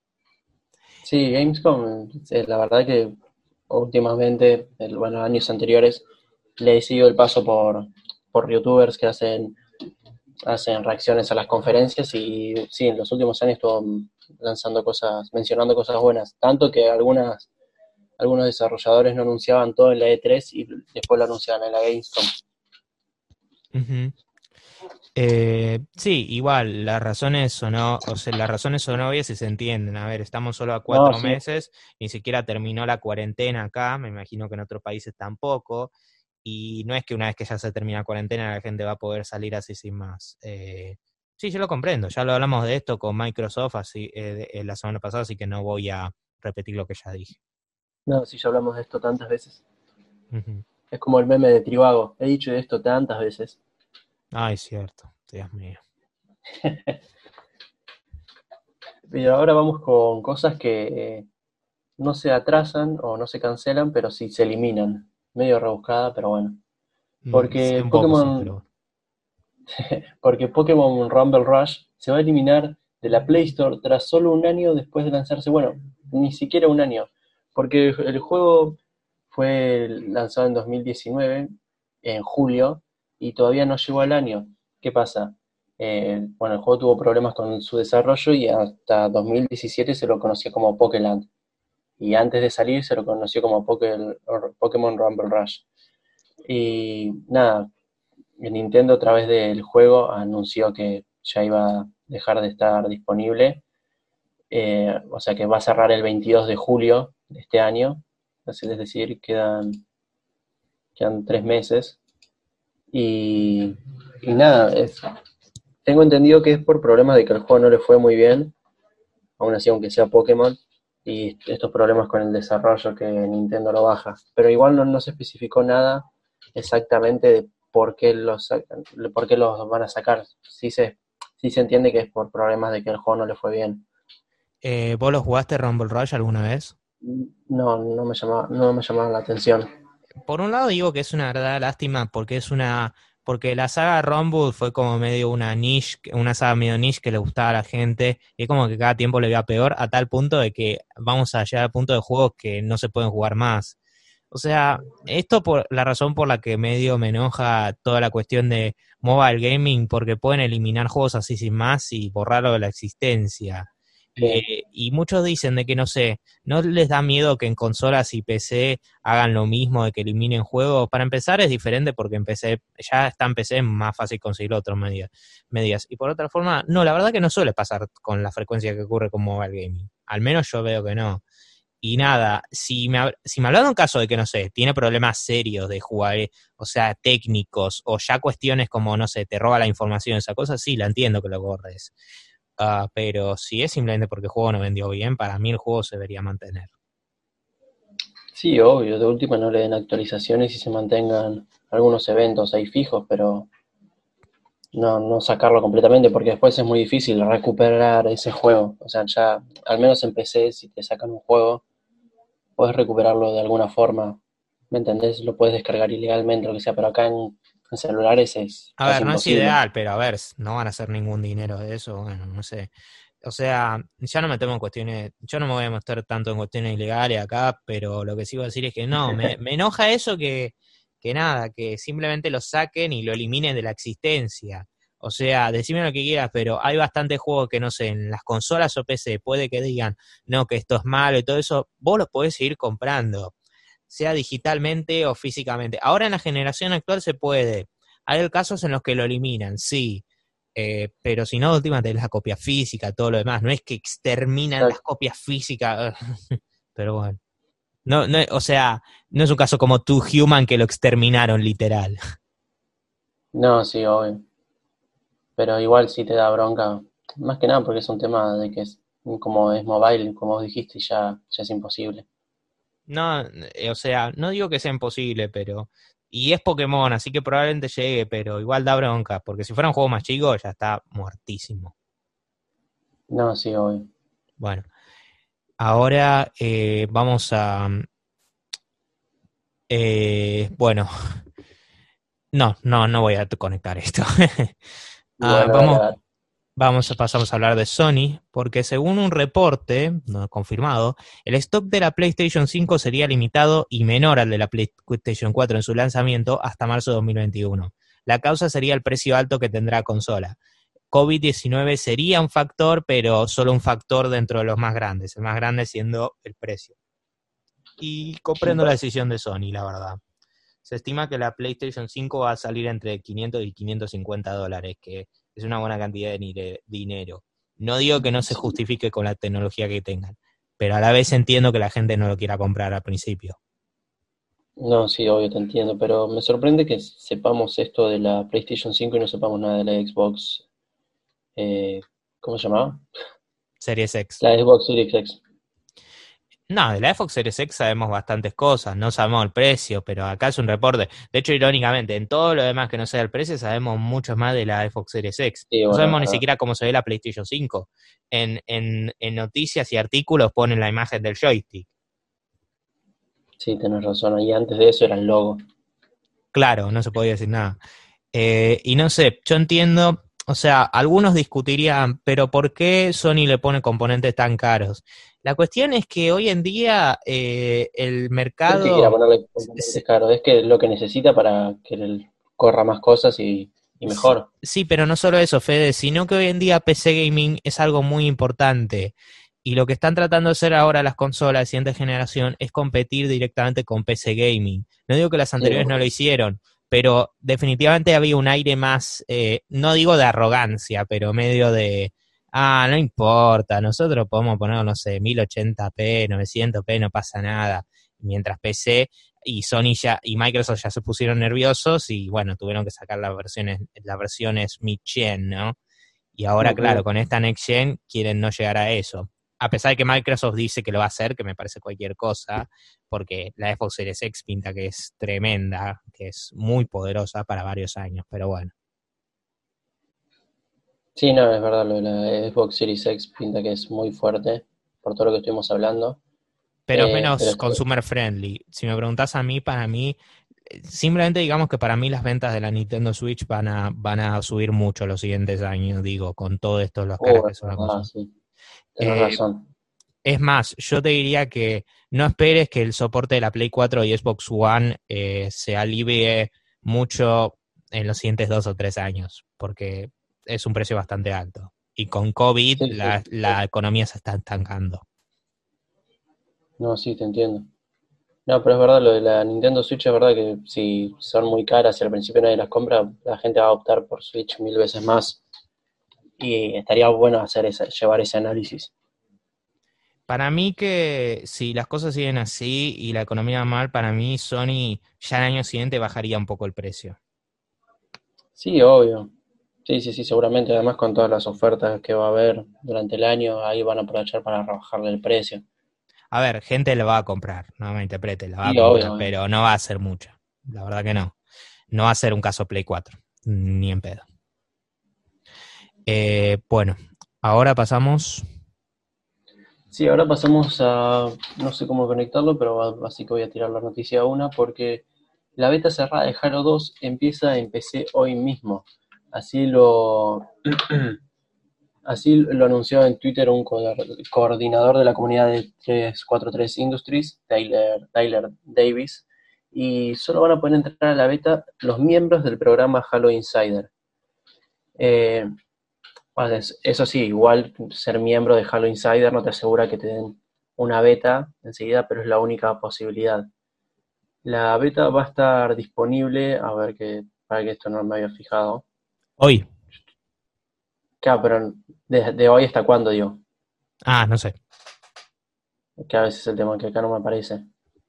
Sí, Gamescom, eh, la verdad que últimamente, el- bueno, años anteriores, le he seguido el paso por, por youtubers que hacen, hacen reacciones a las conferencias y sí, en los últimos años estuvo lanzando cosas, mencionando cosas buenas, tanto que algunas, algunos desarrolladores no anunciaban todo en la E tres y después lo anunciaban en la Gamescom. Ujú. Eh, sí, igual, las razones son, o o sea, las razones son obvias y se entienden. A ver, estamos solo a No, cuatro sí, meses, ni siquiera terminó la cuarentena acá, me imagino que en otros países tampoco, y no es que una vez que ya se termina la cuarentena la gente va a poder salir así sin más. Eh, sí, yo lo comprendo, ya lo hablamos de esto con Microsoft así eh, de- eh, la semana pasada, así que no voy a repetir lo que ya dije. no, sí, ya hablamos de esto tantas veces. Ujú. Es como el meme de Trivago. He dicho esto tantas veces. Ay, cierto, Dios mío. Pero ahora vamos con cosas que eh, no se atrasan o no se cancelan, pero sí se eliminan. Medio rebuscada, pero bueno. Mm, sí, Porque un poco sí, Pokémon, pero porque Pokémon Rumble Rush se va a eliminar de la Play Store tras solo un año después de lanzarse. Bueno, ni siquiera un año. Porque el juego fue lanzado en dos mil diecinueve, en julio, y todavía no llegó al año. ¿Qué pasa? Eh, bueno, el juego tuvo problemas con su desarrollo y hasta dos mil diecisiete se lo conocía como Pokéland. Y antes de salir se lo conoció como Poké- Pokémon Rumble Rush. Y nada, Nintendo a través del juego anunció que ya iba a dejar de estar disponible. Eh, o sea que va a cerrar el veintidós de julio de este año. Así es decir, quedan, quedan tres meses. Y, y nada, es, tengo entendido que es por problemas de que el juego no le fue muy bien, aún así aunque sea Pokémon, y estos problemas con el desarrollo que Nintendo lo baja. Pero igual no, no se especificó nada exactamente de por qué los sacan, por qué los van a sacar. Sí se, sí se entiende que es por problemas de que el juego no le fue bien. eh, ¿vos lo jugaste Rumble Rush alguna vez? No, no me llamaba, no me llamaba la atención. Por un lado digo que es una verdadera lástima porque es una porque la saga Rumble fue como medio una niche, una saga medio niche que le gustaba a la gente y es como que cada tiempo le iba peor a tal punto de que vamos a llegar al punto de juegos que no se pueden jugar más. O sea, esto por la razón por la que medio me enoja toda la cuestión de mobile gaming, porque pueden eliminar juegos así sin más y borrarlo de la existencia. Sí, Eh, y muchos dicen de que, no sé, no les da miedo que en consolas y P C hagan lo mismo, de que eliminen juegos. Para empezar es diferente porque en P C, ya está en P C, es más fácil conseguir otras medidas, medidas. Y por otra forma, no, la verdad que no suele pasar con la frecuencia que ocurre con mobile gaming. Al menos yo veo que no. Y nada, si me, hab- si me hablan de un caso de que, no sé, tiene problemas serios de jugar, eh, o sea, técnicos, o ya cuestiones como, no sé, te roba la información, esa cosa, sí, la entiendo que lo borres. Ah, pero si es simplemente porque el juego no vendió bien, para mí el juego se debería mantener. sí, obvio, de última no le den actualizaciones y se mantengan algunos eventos ahí fijos, pero no, no sacarlo completamente porque después es muy difícil recuperar ese juego. O sea, ya, al menos en P C, si te sacan un juego, puedes recuperarlo de alguna forma. ¿Me entendés? Lo puedes descargar ilegalmente, lo que sea, pero acá en, en celulares es A casi ver, no es imposible. ideal, pero a ver, no van a hacer ningún dinero de eso, bueno, no sé. O sea, ya no me metemos en cuestiones, yo no me voy a meter tanto en cuestiones ilegales acá, pero lo que sí voy a decir es que no, me, me enoja eso que, que nada, que simplemente lo saquen y lo eliminen de la existencia. O sea, decime lo que quieras, pero hay bastantes juegos que, no sé, en las consolas o P C puede que digan, no, que esto es malo y todo eso, vos los podés seguir comprando, sea digitalmente o físicamente. Ahora en la generación actual se puede. Hay casos en los que lo eliminan, sí, eh, pero si no, últimamente es la copia física, todo lo demás. No es que exterminan las Exacto. copias físicas, pero bueno. No, no, o sea, no es un caso como Two Human que lo exterminaron literal. No, sí, obvio. Pero igual sí te da bronca. Más que nada porque es un tema de que es, como es mobile, como vos dijiste, ya, ya es imposible. No, eh, o sea, no digo que sea imposible, pero... Y es Pokémon, así que probablemente llegue, pero igual da bronca, porque si fuera un juego más chico ya está muertísimo. No, sí, obvio. Bueno, ahora eh, vamos a... eh, bueno, no, no, no voy a conectar esto. Ah, Bueno, dale, vamos, dale. vamos a pasamos a hablar de Sony, porque según un reporte no confirmado, el stock de la PlayStation cinco sería limitado y menor al de la PlayStation cuatro en su lanzamiento hasta marzo de dos mil veintiuno. La causa sería el precio alto que tendrá la consola. COVID diecinueve sería un factor, pero solo un factor dentro de los más grandes, el más grande siendo el precio. Y comprendo la decisión de Sony, la verdad. Se estima que la PlayStation cinco va a salir entre quinientos y quinientos cincuenta dólares, que es una buena cantidad de dinero. No digo que no se Sí. justifique con la tecnología que tengan, pero a la vez entiendo que la gente no lo quiera comprar al principio. No, sí, obvio, te entiendo, pero me sorprende que sepamos esto de la PlayStation cinco y no sepamos nada de la Xbox, eh, ¿cómo se llamaba? Series X. La Xbox Series X. No, de la Xbox Series X sabemos bastantes cosas, no sabemos el precio, pero acá es un reporte. De hecho, irónicamente, en todo lo demás que no sea el precio, sabemos mucho más de la Xbox Series X. Sí, No bueno, es sabemos ni verdad. siquiera cómo se ve la PlayStation cinco. En, en, en noticias y artículos ponen la imagen del joystick. Sí, tenés razón. Y antes de eso era el logo. Claro, no se podía decir nada. Eh, y no sé, yo entiendo, o sea, algunos discutirían, pero ¿por qué Sony le pone componentes tan caros? La cuestión es que hoy en día eh, el No es que quiera mercado, ponerle se- componentes caros, es que lo que necesita para que él corra más cosas y, y sí, mejor. sí, pero no solo eso, Fede, sino que hoy en día P C Gaming es algo muy importante. Y lo que están tratando de hacer ahora las consolas de siguiente generación es competir directamente con P C Gaming. No digo que las Sí, anteriores no lo obvio. hicieron, pero definitivamente había un aire más, eh, no digo de arrogancia, pero medio de, ah, no importa, nosotros podemos poner, no sé, mil ochenta p, novecientos p, no pasa nada. Mientras P C y Sony ya y Microsoft ya se pusieron nerviosos y bueno, tuvieron que sacar las versiones, las versiones mid-gen, ¿no? Y ahora, claro, Ujú. con esta Next Gen quieren no llegar a eso. A pesar de que Microsoft dice que lo va a hacer, que me parece cualquier cosa, porque la Xbox Series X pinta que es tremenda, que es muy poderosa para varios años, pero bueno. Sí, no, es verdad, lo de la Xbox Series X pinta que es muy fuerte por todo lo que estuvimos hablando. Pero es Eh, pero menos es consumer friendly. Si me preguntas a mí, para mí, eh, simplemente digamos que para mí las ventas de la Nintendo Switch van a, van a subir mucho los siguientes años, digo, con todo esto, las caras uh, que es son la verdad, consola. sí, tenés Eh, razón. Es más, yo te diría que no esperes que el soporte de la Play cuatro y Xbox One eh, se alivie mucho en los siguientes dos o tres años, porque es un precio bastante alto. Y con COVID Sí, sí, la, la economía se está estancando. no, sí, te entiendo. No, pero es verdad, lo de la Nintendo Switch es verdad que si son muy caras y al principio nadie las compra, la gente va a optar por Switch mil veces más. Y estaría bueno hacer esa, llevar ese análisis. Para mí que si las cosas siguen así y la economía va mal, para mí Sony ya el año siguiente bajaría un poco el precio. Sí, obvio. Sí, sí, sí, seguramente. Además, con todas las ofertas que va a haber durante el año, ahí van a aprovechar para rebajarle el precio. A ver, gente la va a comprar, no me interprete, la va a Sí, obvio, comprar, obvio. pero no va a ser mucha. La verdad que no. No va a ser un caso Play cuatro, ni en pedo. Eh, bueno, ahora pasamos. Sí, ahora pasamos a, no sé cómo conectarlo, pero así que voy a tirar la noticia a una porque la beta cerrada de Halo dos empieza en P C hoy mismo. Así lo, así lo anunció en Twitter un co- coordinador de la comunidad de trescientos cuarenta y tres Industries, Tyler, Tyler Davis, y solo van a poder entrar a la beta los miembros del programa Halo Insider. Eh, Pues, eso sí, igual ser miembro de Halo Insider no te asegura que te den una beta enseguida, pero es la única posibilidad. La beta va a estar disponible, a ver que, para que esto no me había fijado. Hoy. Claro, pero desde hoy hasta cuándo, digo, Ah, no sé. que a veces es el tema que acá no me aparece.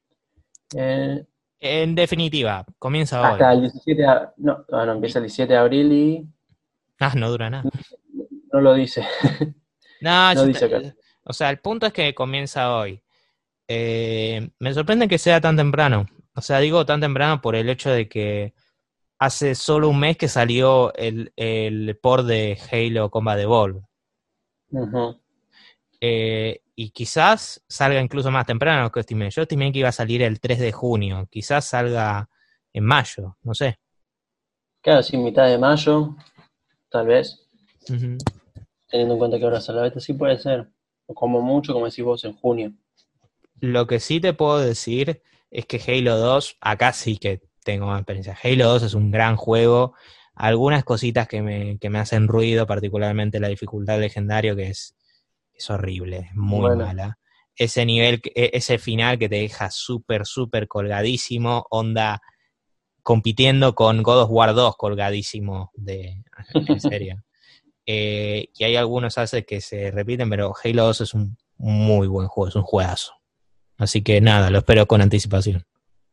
Eh, En definitiva, comienza hasta hoy. el diecisiete, a- no, ah, no, Y- empieza el diecisiete de abril y Ah, no dura nada. no lo dice, No, no ya está. dice acá. O sea, el punto es que comienza hoy. Eh, me sorprende que sea tan temprano. O sea, digo tan temprano por el hecho de que hace solo un mes que salió el, el port de Halo Combat Evolved. Ujú. Eh, y quizás salga incluso más temprano de lo que estimé. Yo estimé que iba a salir el tres de junio. Quizás salga en mayo, no sé. Claro, sí, mitad de mayo, tal vez, Ujú. teniendo en cuenta que ahora sale la beta, sí puede ser. O como mucho, como decís vos, en junio. Lo que sí te puedo decir es que Halo dos, acá sí que tengo más experiencia. Halo dos es un gran juego. Algunas cositas que me, que me hacen ruido, particularmente la dificultad legendario, que es, es horrible, es muy Bueno, mala. Ese nivel, que- e- ese final que te deja súper, súper colgadísimo, onda compitiendo con God of War dos colgadísimo, de, en serio. Eh, y hay algunos haces que se repiten, pero Halo dos es un muy buen juego, es un juegazo. Así que nada, lo espero con anticipación.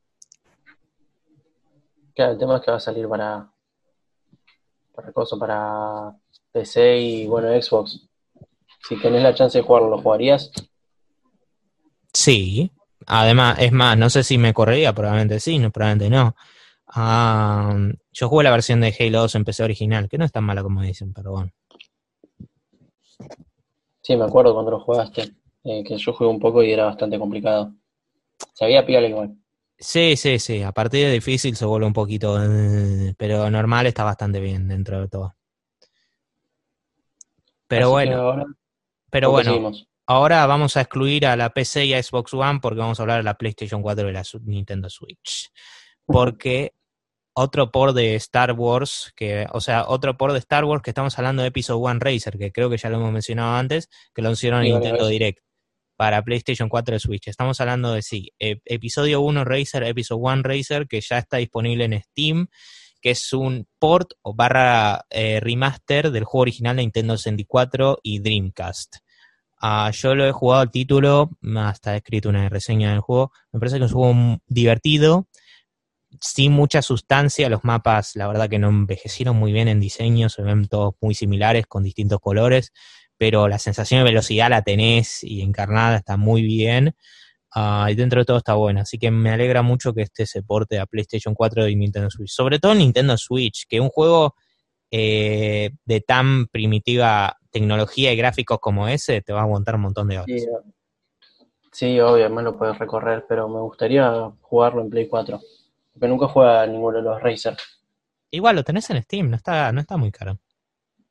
claro, el tema es que va a salir para, para cosa, para P C y bueno, Xbox. Si tenés la chance de jugarlo, ¿lo jugarías? Sí, además, es más, no sé si me correría, probablemente sí, no, probablemente no. Ah, yo jugué la versión de Halo dos en P C original, que no es tan mala como dicen, pero bueno. Sí, me acuerdo cuando lo jugaste, eh, que yo jugué un poco y era bastante complicado. Se había piola igual. Sí, sí, sí, a partir de difícil se vuelve un poquito, eh, pero normal está bastante bien dentro de todo. Pero Así que bueno, ahora, pero ¿con qué bueno, seguimos? ahora vamos a excluir a la P C y a Xbox One porque vamos a hablar de la PlayStation cuatro y la Su- Nintendo Switch. Porque otro port de Star Wars, que, o sea, otro port de Star Wars que estamos hablando de Episode One Racer, que creo que ya lo hemos mencionado antes, que lo hicieron en Sí, varias Nintendo veces. Direct para PlayStation cuatro y Switch. Estamos hablando de, sí, eh, Episodio uno Racer, Episode One Racer, que ya está disponible en Steam, que es un port o barra eh, remaster del juego original de Nintendo sesenta y cuatro y Dreamcast. Uh, yo lo he jugado al título, hasta he escrito una reseña del juego. Me parece que es un juego divertido, sin mucha sustancia. Los mapas, la verdad que no envejecieron muy bien en diseño, se ven todos muy similares con distintos colores, pero la sensación de velocidad la tenés y encarnada está muy bien. Uh, y dentro de todo está bueno, así que me alegra mucho que este se porte a PlayStation cuatro y Nintendo Switch, sobre todo Nintendo Switch, que un juego eh, de tan primitiva tecnología y gráficos como ese te va a aguantar un montón de Sí, horas. sí, obvio, además lo puedes recorrer, pero me gustaría jugarlo en Play cuatro. Porque nunca juega a ninguno de los Racer. Igual lo tenés en Steam, no está, no está muy caro.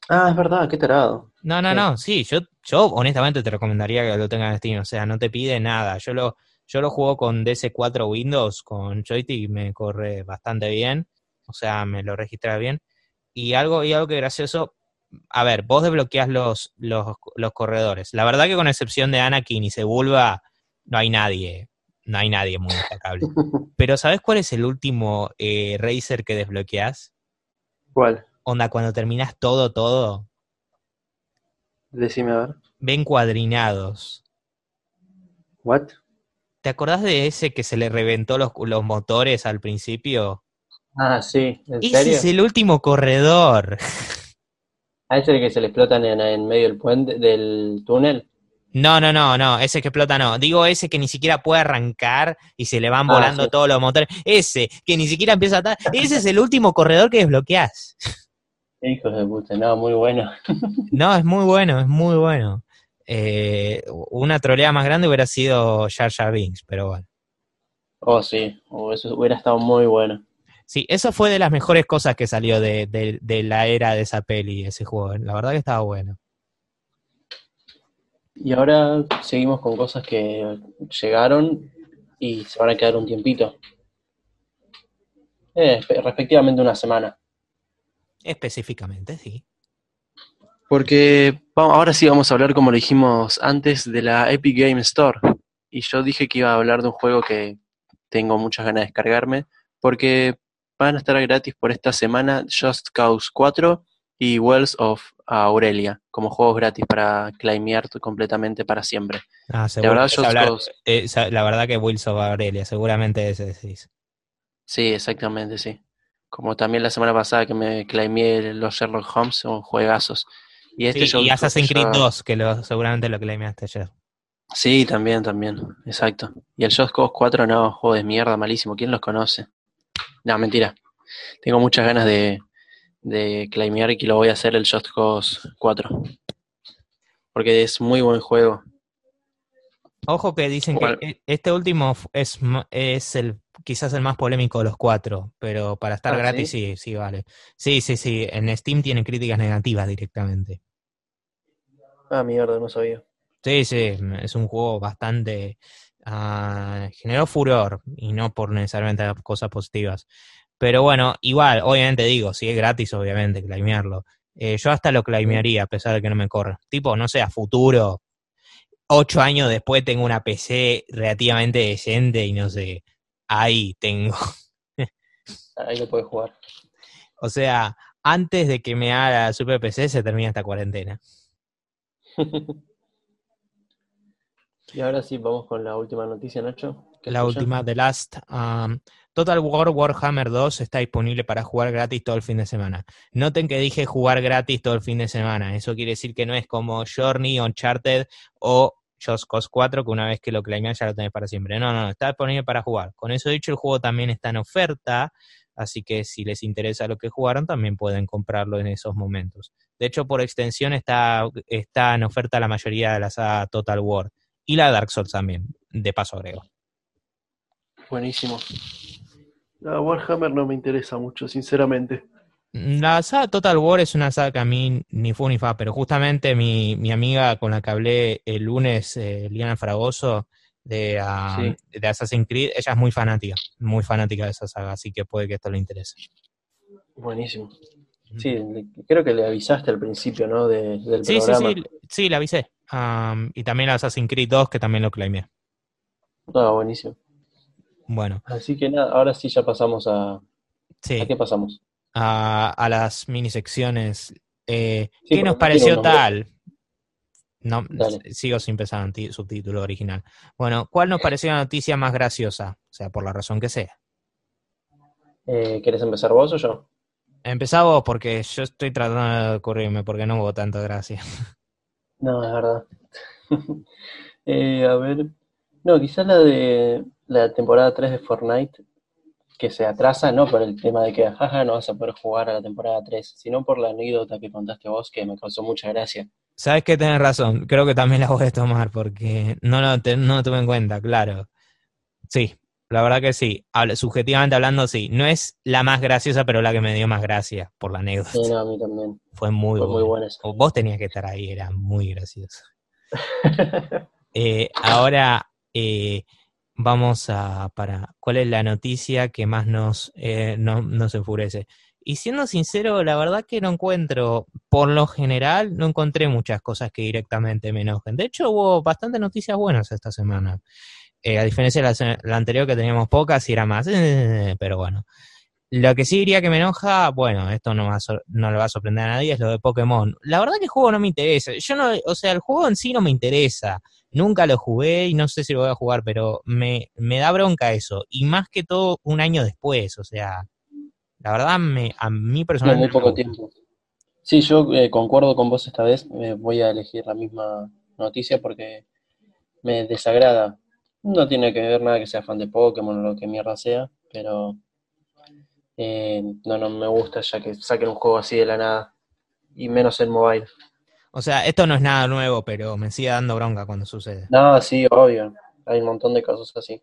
Ah, es verdad, qué tarado. No, no, Sí. no, sí, yo, yo honestamente te recomendaría que lo tengas en Steam, o sea, no te pide nada. Yo lo, yo lo juego con D S cuatro Windows, con joystick y me corre bastante bien, o sea, me lo registra bien. Y algo, y algo que gracioso, a ver, vos desbloqueás los, los, los corredores. La verdad que con excepción de Anakin y Sebulba, no hay nadie, no hay nadie muy destacable. Pero ¿sabés cuál es el último eh, racer que desbloqueás? ¿Cuál? Onda, cuando terminás todo, todo, Decime a ver. ven cuadrinados. ¿What? ¿Te acordás de ese que se le reventó los, los motores al principio? Ah, sí, ¿en Ese es serio? el último corredor. ¿A ese que se le explotan en, en medio del puente, del túnel? No, no, no, no, ese que explota no. Digo ese que ni siquiera puede arrancar y se le van Ah, volando sí. todos los motores. Ese, que ni siquiera empieza a atar. Ese es el último corredor que desbloqueás. Hijos de puta, no, muy bueno. No, es muy bueno, es muy bueno. Eh, una trolea más grande hubiera sido Jar Jar Binks, pero bueno. Oh, sí, oh, eso hubiera estado muy bueno. Sí, eso fue de las mejores cosas que salió de, de, de la era de esa peli, ese juego. La verdad que estaba bueno. Y ahora seguimos con cosas que llegaron y se van a quedar un tiempito. Eh, respectivamente una semana. Específicamente, sí. Porque va- ahora sí vamos a hablar, como lo dijimos antes, de la Epic Game Store. Y yo dije que iba a hablar de un juego que tengo muchas ganas de descargarme, porque van a estar gratis por esta semana Just Cause cuatro y Wells of Aurelia, como juegos gratis para claimear completamente para siempre. Ah, La seguro verdad, querés Just hablar, Cause, eh, sa- la verdad que Wilson va Aurelia, seguramente ese decís. sí, exactamente, sí. Como también la semana pasada que me claimeé los Sherlock Holmes, son juegazos. Y este Sí, y Just, Assassin's Creed dos, que lo, seguramente lo claimeaste ayer. sí, también, también, exacto. Y el Just Cause cuatro, no, juego de mierda, malísimo. ¿Quién los conoce? No, mentira. Tengo muchas ganas de, de claimear que lo voy a hacer el Just Cause cuatro, porque es muy buen juego. Ojo que dicen que Igual, e- este último f- es, ma- es el quizás el más polémico de los cuatro, pero para estar ah, gratis sí. sí, sí vale. Sí, sí, sí, en Steam tiene críticas negativas directamente. Ah, mierda, no sabía. Sí, sí, es un juego bastante... ah, generó furor y no por necesariamente cosas positivas. Pero bueno, igual, obviamente digo, si es gratis, obviamente, claimearlo. Eh, yo hasta lo Sí. claimearía a pesar de que no me corra. Tipo, no sé, a futuro, ocho años después tengo una P C relativamente decente y no sé, ahí tengo. Ahí lo puedes jugar. O sea, antes de que me haga Super P C se termina esta cuarentena. Y ahora sí, vamos con la última noticia, Nacho, que es La tuya. última, The Last. Um, Total War Warhammer dos está disponible para jugar gratis todo el fin de semana. Noten que dije jugar gratis todo el fin de semana. Eso quiere decir que no es como Journey, Uncharted o Just Cause cuatro, que una vez que lo claimeas ya lo tenés para siempre. No, no, no, está disponible para jugar. Con eso dicho, el juego también está en oferta, así que si les interesa lo que jugaron, también pueden comprarlo en esos momentos. De hecho, por extensión está, está en oferta la mayoría de la saga Total War. Y la Dark Souls también, de paso agrego. Buenísimo. La Warhammer no me interesa mucho, sinceramente. La saga Total War es una saga que a mí ni fu ni fa, pero justamente mi, mi amiga con la que hablé el lunes, eh, Liana Fragoso, de, um, Sí, de Assassin's Creed, ella es muy fanática, muy fanática de esa saga, así que puede que esto le interese. buenísimo. Sí, le- creo que le avisaste al principio, ¿no? De- del Sí, sí, sí, programa. sí, la avisé. Um, y también Assassin's Creed dos, que también lo claimé. No, buenísimo. Bueno, Así que nada, ahora sí ya pasamos a... ¿A sí, qué pasamos? a, a las mini secciones. Eh, Sí, ¿qué nos porque no tiene pareció unos breves. tal? No, Dale. sigo sin pensar en ti- subtítulo original. Bueno, ¿cuál nos pareció la noticia más graciosa? O sea, por la razón que sea. Eh, ¿querés empezar vos o yo? Empezá vos porque yo estoy tratando de ocurrirme porque no hubo tanta gracia. No, es verdad. Eh, a ver. No, quizás la de la temporada tres de Fortnite, que se atrasa, no por el tema de que, jaja, no vas a poder jugar a la temporada tres, sino por la anécdota que contaste vos, que me causó mucha gracia. Sabes que tenés razón, creo que también la voy a tomar porque no lo, te- no lo tuve en cuenta, claro. Sí, La verdad que sí, Habla- subjetivamente hablando, sí. No es la más graciosa, pero la que me dio más gracia por la anécdota. Sí, no, a mí también. Fue muy Fue muy buena. buena esa. O vos tenías que estar ahí, era muy gracioso. Eh, ahora eh, vamos a para ¿cuál es la noticia que más nos, eh, no- nos enfurece? Y siendo sincero, la verdad que no encuentro, por lo general, no encontré muchas cosas que directamente me enojen. De hecho, hubo bastantes noticias buenas esta semana. Eh, a diferencia de la, se- la anterior que teníamos pocas y era más, eh, pero bueno. Lo que sí diría que me enoja, bueno, esto no, va a sor- no le va a sorprender a nadie, es lo de Pokémon. La verdad que el juego no me interesa. Yo no, o sea, el juego en sí no me interesa. Nunca lo jugué y no sé si lo voy a jugar, pero me, me da bronca eso. Y más que todo un año después, o sea, la verdad me, a mí Tiene personalmente muy no me poco gusta. tiempo. Sí, yo eh, concuerdo con vos esta vez. Eh, voy a elegir la misma noticia porque me desagrada. No tiene que ver nada que sea fan de Pokémon o lo que mierda sea, pero eh, no, no me gusta ya que saquen un juego así de la nada. Y menos en mobile. O sea, esto no es nada nuevo, pero me sigue dando bronca cuando sucede. No, sí, obvio. Hay un montón de casos así.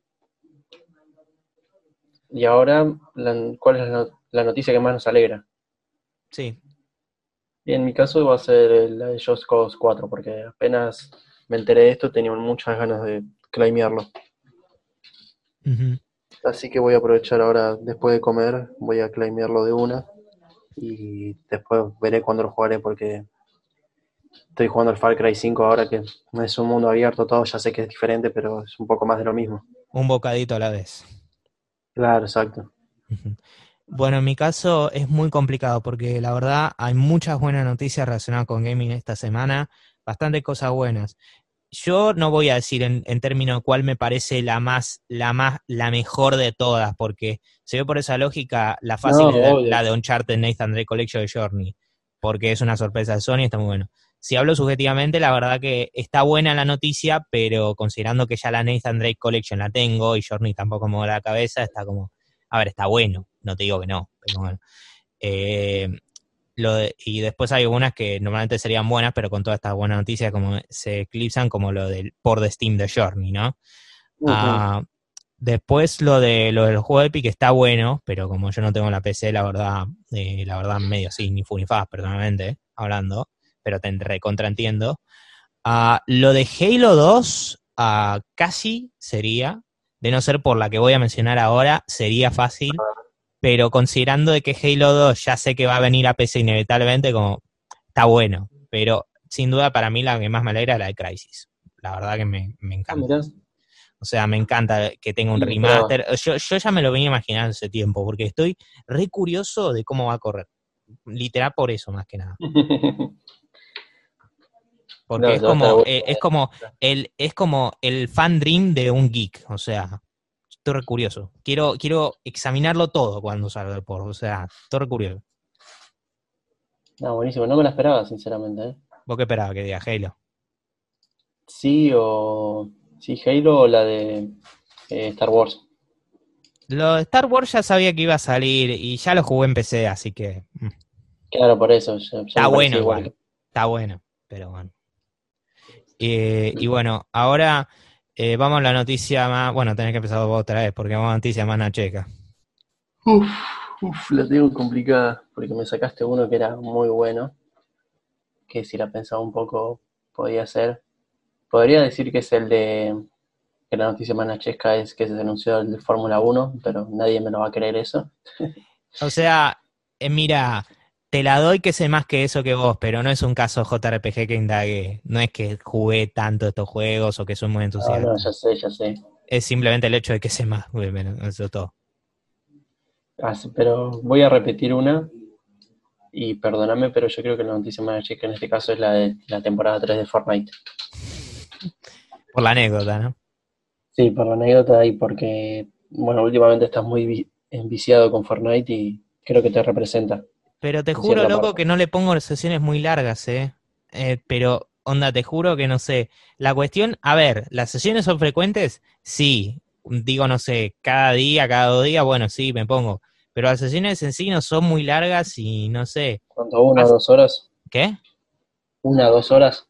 Y ahora, la- ¿cuál es la, no- la noticia que más nos alegra? Sí. Y en mi caso va a ser la de Just Cause cuatro, porque apenas me enteré de esto tenía muchas ganas de claimearlo. Ujú. Así que voy a aprovechar ahora, después de comer, voy a claimearlo de una y después veré cuándo lo jugaré porque estoy jugando el Far Cry cinco ahora que es un mundo abierto, todo ya sé que es diferente, pero es un poco más de lo mismo. Un bocadito a la vez. Claro, exacto. Ujú. Bueno, en mi caso es muy complicado porque la verdad hay muchas buenas noticias relacionadas con gaming esta semana, bastante cosas buenas. Yo no voy a decir en, en términos de cuál me parece la más, la más, la mejor de todas, porque se ve por esa lógica, la No, fácil es la, obvio. la de Uncharted Nathan Drake Collection de Journey, porque es una sorpresa de Sony y está muy bueno. Si hablo subjetivamente, la verdad que está buena la noticia, pero considerando que ya la Nathan Drake Collection la tengo y Journey tampoco me da la cabeza, está como, a ver, está bueno, no te digo que no, pero bueno. Eh, lo de- y después hay algunas que normalmente serían buenas, pero con todas estas buenas noticias como se eclipsan, como lo del por de Steam de Journey, ¿no? Ujú. Ah, después lo de lo del juego de Epic está bueno, pero como yo no tengo la P C, la verdad, eh, la verdad medio así, ni fu ni fa, personalmente, hablando, pero te recontraentiendo. Ah, lo de Halo dos, ah, casi sería, de no ser por la que voy a mencionar ahora, sería fácil, pero considerando de que Halo dos ya sé que va a venir a P C inevitablemente, como está bueno, pero sin duda para mí la que más me alegra es la de Crysis. La verdad que me, me Ah, encanta. mirá. O sea, me encanta que tenga un Y, pero, remaster. Yo, yo ya me lo venía imaginando hace tiempo, porque estoy re curioso de cómo va a correr. Literal por eso, más que nada. Porque no, es se va a estar como, bueno. eh, es como el, es como el fan dream de un geek. O sea, estoy re curioso. Quiero, quiero examinarlo todo cuando salga el por. O sea, estoy re curioso. No, buenísimo. No me la esperaba, sinceramente, ¿eh? ¿Vos qué esperabas que diga Halo? Sí, o. Sí, Halo o la de eh, Star Wars. Lo de Star Wars ya sabía que iba a salir y ya lo jugué en P C, así que mm, Claro, por eso, ya, ya está me bueno parecía igual igual. que. Está bueno, pero bueno. Eh, y bueno, ahora eh, vamos a la noticia más. Bueno, tenés que empezar vos otra vez porque vamos a la noticia más nacheca. Uf, uf, la tengo complicada, porque me sacaste uno que era muy bueno, que si la pensaba un poco podía ser. Podría decir que es el de, que la noticia más nachesca es que se anunció el de Fórmula Uno, pero nadie me lo va a creer eso. O sea, eh, mira, te la doy que sé más que eso que vos, pero no es un caso J R P G que indague. No es que jugué tanto estos juegos o que soy muy No, no, entusiasta. ya sé, ya sé. Es simplemente el hecho de que sé más. Bueno, eso es todo. Ah, sí, pero voy a repetir una, y perdóname, pero yo creo que la noticia más nachesca en este caso es la de la temporada tres de Fortnite. Por la anécdota, ¿no? Sí, por la anécdota y porque, bueno, últimamente estás muy vi- enviciado con Fortnite y creo que te representa Pero te en juro, cierta loco, parte. que no le pongo sesiones muy largas, ¿eh? Eh, pero, onda, te juro que no sé. La cuestión, a ver, ¿las sesiones son frecuentes? Sí. Digo, no sé, cada día, cada dos días, bueno, sí, me pongo. Pero las sesiones en sí no son muy largas y no sé. ¿Cuánto? ¿Una o Pas- dos horas? ¿Qué? ¿Una o dos horas?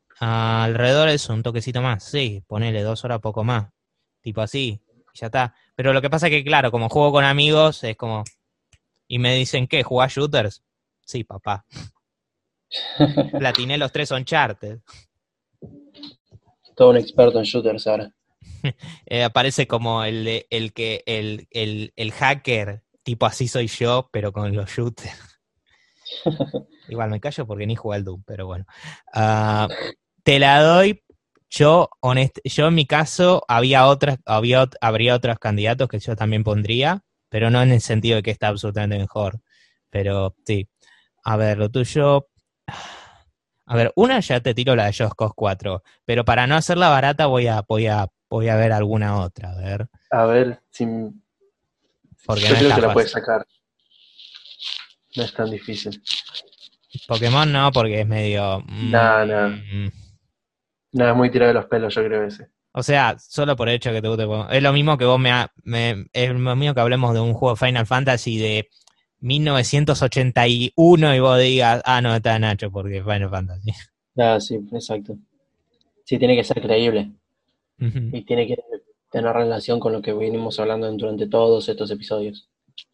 Alrededor de eso, un toquecito más, sí, ponele dos horas poco más. Tipo así, y ya está. Pero lo que pasa es que, claro, como juego con amigos, es como... Y me dicen, ¿qué? ¿Jugás shooters? Sí, papá. Platiné los tres Uncharted. Todo un experto en shooters ahora. Eh, aparece como el, de- el que el, el, el hacker, tipo así soy yo, pero con los shooters. Igual me callo porque ni jugué al Doom, pero bueno. Ah, te la doy. Yo, honest, yo en mi caso, había otras, había, ot- habría otros candidatos que yo también pondría, pero no en el sentido de que está absolutamente mejor. Pero sí. A ver, lo tuyo. A ver, una ya te tiro la de Just Cause cuatro, pero para no hacerla barata voy a, voy a, voy a ver alguna otra, a ver. A ver, si... Porque yo no creo está que la puedes fácil. sacar. No es tan difícil. Pokémon no, porque es medio... Nada, nada. mm, Nada, es muy tirado de los pelos, yo creo ese. o sea, solo por el hecho que te guste Pokémon. Es lo mismo que vos me, ha- me... Es lo mismo que hablemos de un juego de Final Fantasy de mil novecientos ochenta y uno y vos digas, ah, no, está Nacho, porque es Final Fantasy. Ah, sí, exacto. Sí, tiene que ser creíble. Ujú. Y tiene que tener relación con lo que venimos hablando durante todos estos episodios.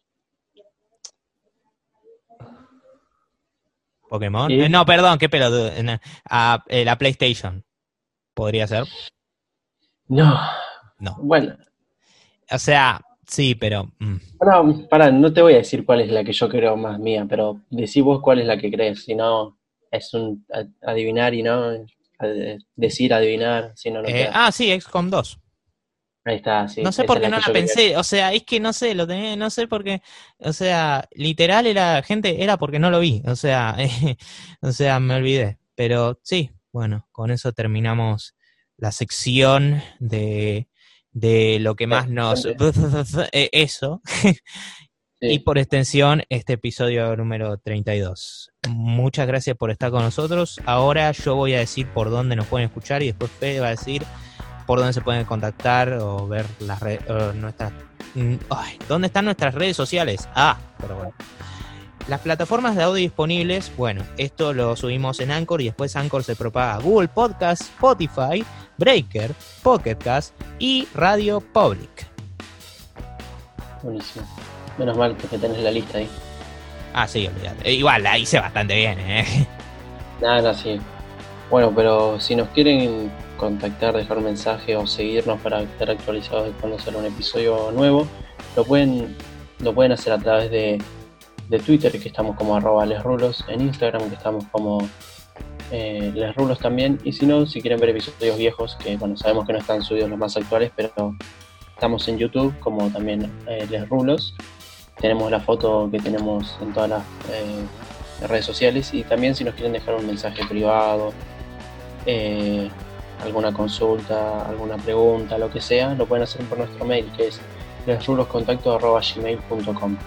Pokémon. Eh, ¿Y? no, perdón, qué pelotudo. Eh, no. Ah, eh, la PlayStation. ¿Podría ser? No. No. Bueno, O sea, sí, pero... mm. no, pará, no te voy a decir cuál es la que yo creo más mía, pero decí vos cuál es la que crees. Si no, es un a- adivinar y no ad- decir adivinar, si no, no Eh, queda. ah, sí, X COM dos. Ahí está, No sí, sé esa por es qué la no que la yo quería. pensé, o sea, es que no sé, lo tenía, no sé por qué, o sea, literal era, gente, era porque no lo vi, o sea, eh, o sea, me olvidé, pero sí, bueno, con eso terminamos la sección de, de lo que más nos, Gente, eh, eso, y sí. por extensión, este episodio número treinta y dos. Muchas gracias por estar con nosotros, ahora yo voy a decir por dónde nos pueden escuchar y después Fede va a decir por dónde se pueden contactar o ver las redes, nuestras, mm, ay, ¿dónde están nuestras redes sociales? Ah, pero bueno. Las plataformas de audio disponibles, bueno, esto lo subimos en Anchor y después Anchor se propaga a Google Podcast, Spotify, Breaker, Pocket Cast y Radio Public. Buenísimo. Menos mal que tenés la lista ahí. Ah, sí, olvídate. Igual la hice bastante bien, ¿eh? Nada, no, sí. Bueno, pero si nos quieren contactar, dejar un mensaje o seguirnos para estar actualizados de cuando sale un episodio nuevo, lo pueden, lo pueden hacer a través de, de Twitter, que estamos como arroba lesrulos, en Instagram, que estamos como eh, lesrulos también, y si no, si quieren ver episodios viejos, que bueno, sabemos que no están subidos los más actuales, pero estamos en YouTube como también eh, lesrulos. Tenemos la foto que tenemos en todas las eh, redes sociales, y también si nos quieren dejar un mensaje privado, eh, alguna consulta, alguna pregunta, lo que sea, lo pueden hacer por nuestro mail, que es lesruloscontacto arroba gmail punto com.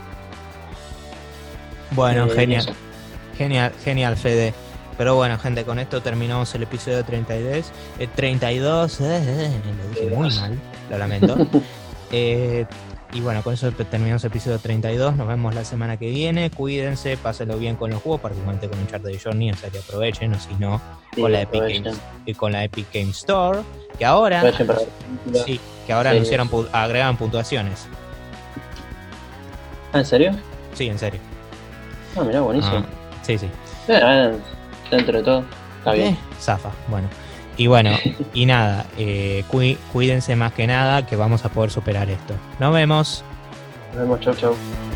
Bueno, Eh, y genial. eso. Genial, genial, Fede. Pero bueno, gente, con esto terminamos el episodio treinta y dos. Eh, treinta y dos, eh, eh, lo dije muy mal, lo lamento. Eh, y bueno, con eso terminamos el episodio treinta y dos. Nos vemos la semana que viene. Cuídense, pásenlo bien con los juegos, particularmente con Uncharted de Journey, o sea que aprovechen, o si no, Sí, con la Epic aprovechen. Games, y con la Epic Game Store, que ahora, Aprovechen para ver películas. sí, que ahora Sí. anunciaron, pu- agregan puntuaciones. Ah, ¿en serio? Sí, en serio. Ah, mirá, buenísimo. Ah, sí, sí. Eh, dentro de todo, está bien. Eh, zafa, bueno. Y bueno, y nada, eh, cuí- cuídense más que nada, que vamos a poder superar esto. Nos vemos. Nos vemos, chau, chau.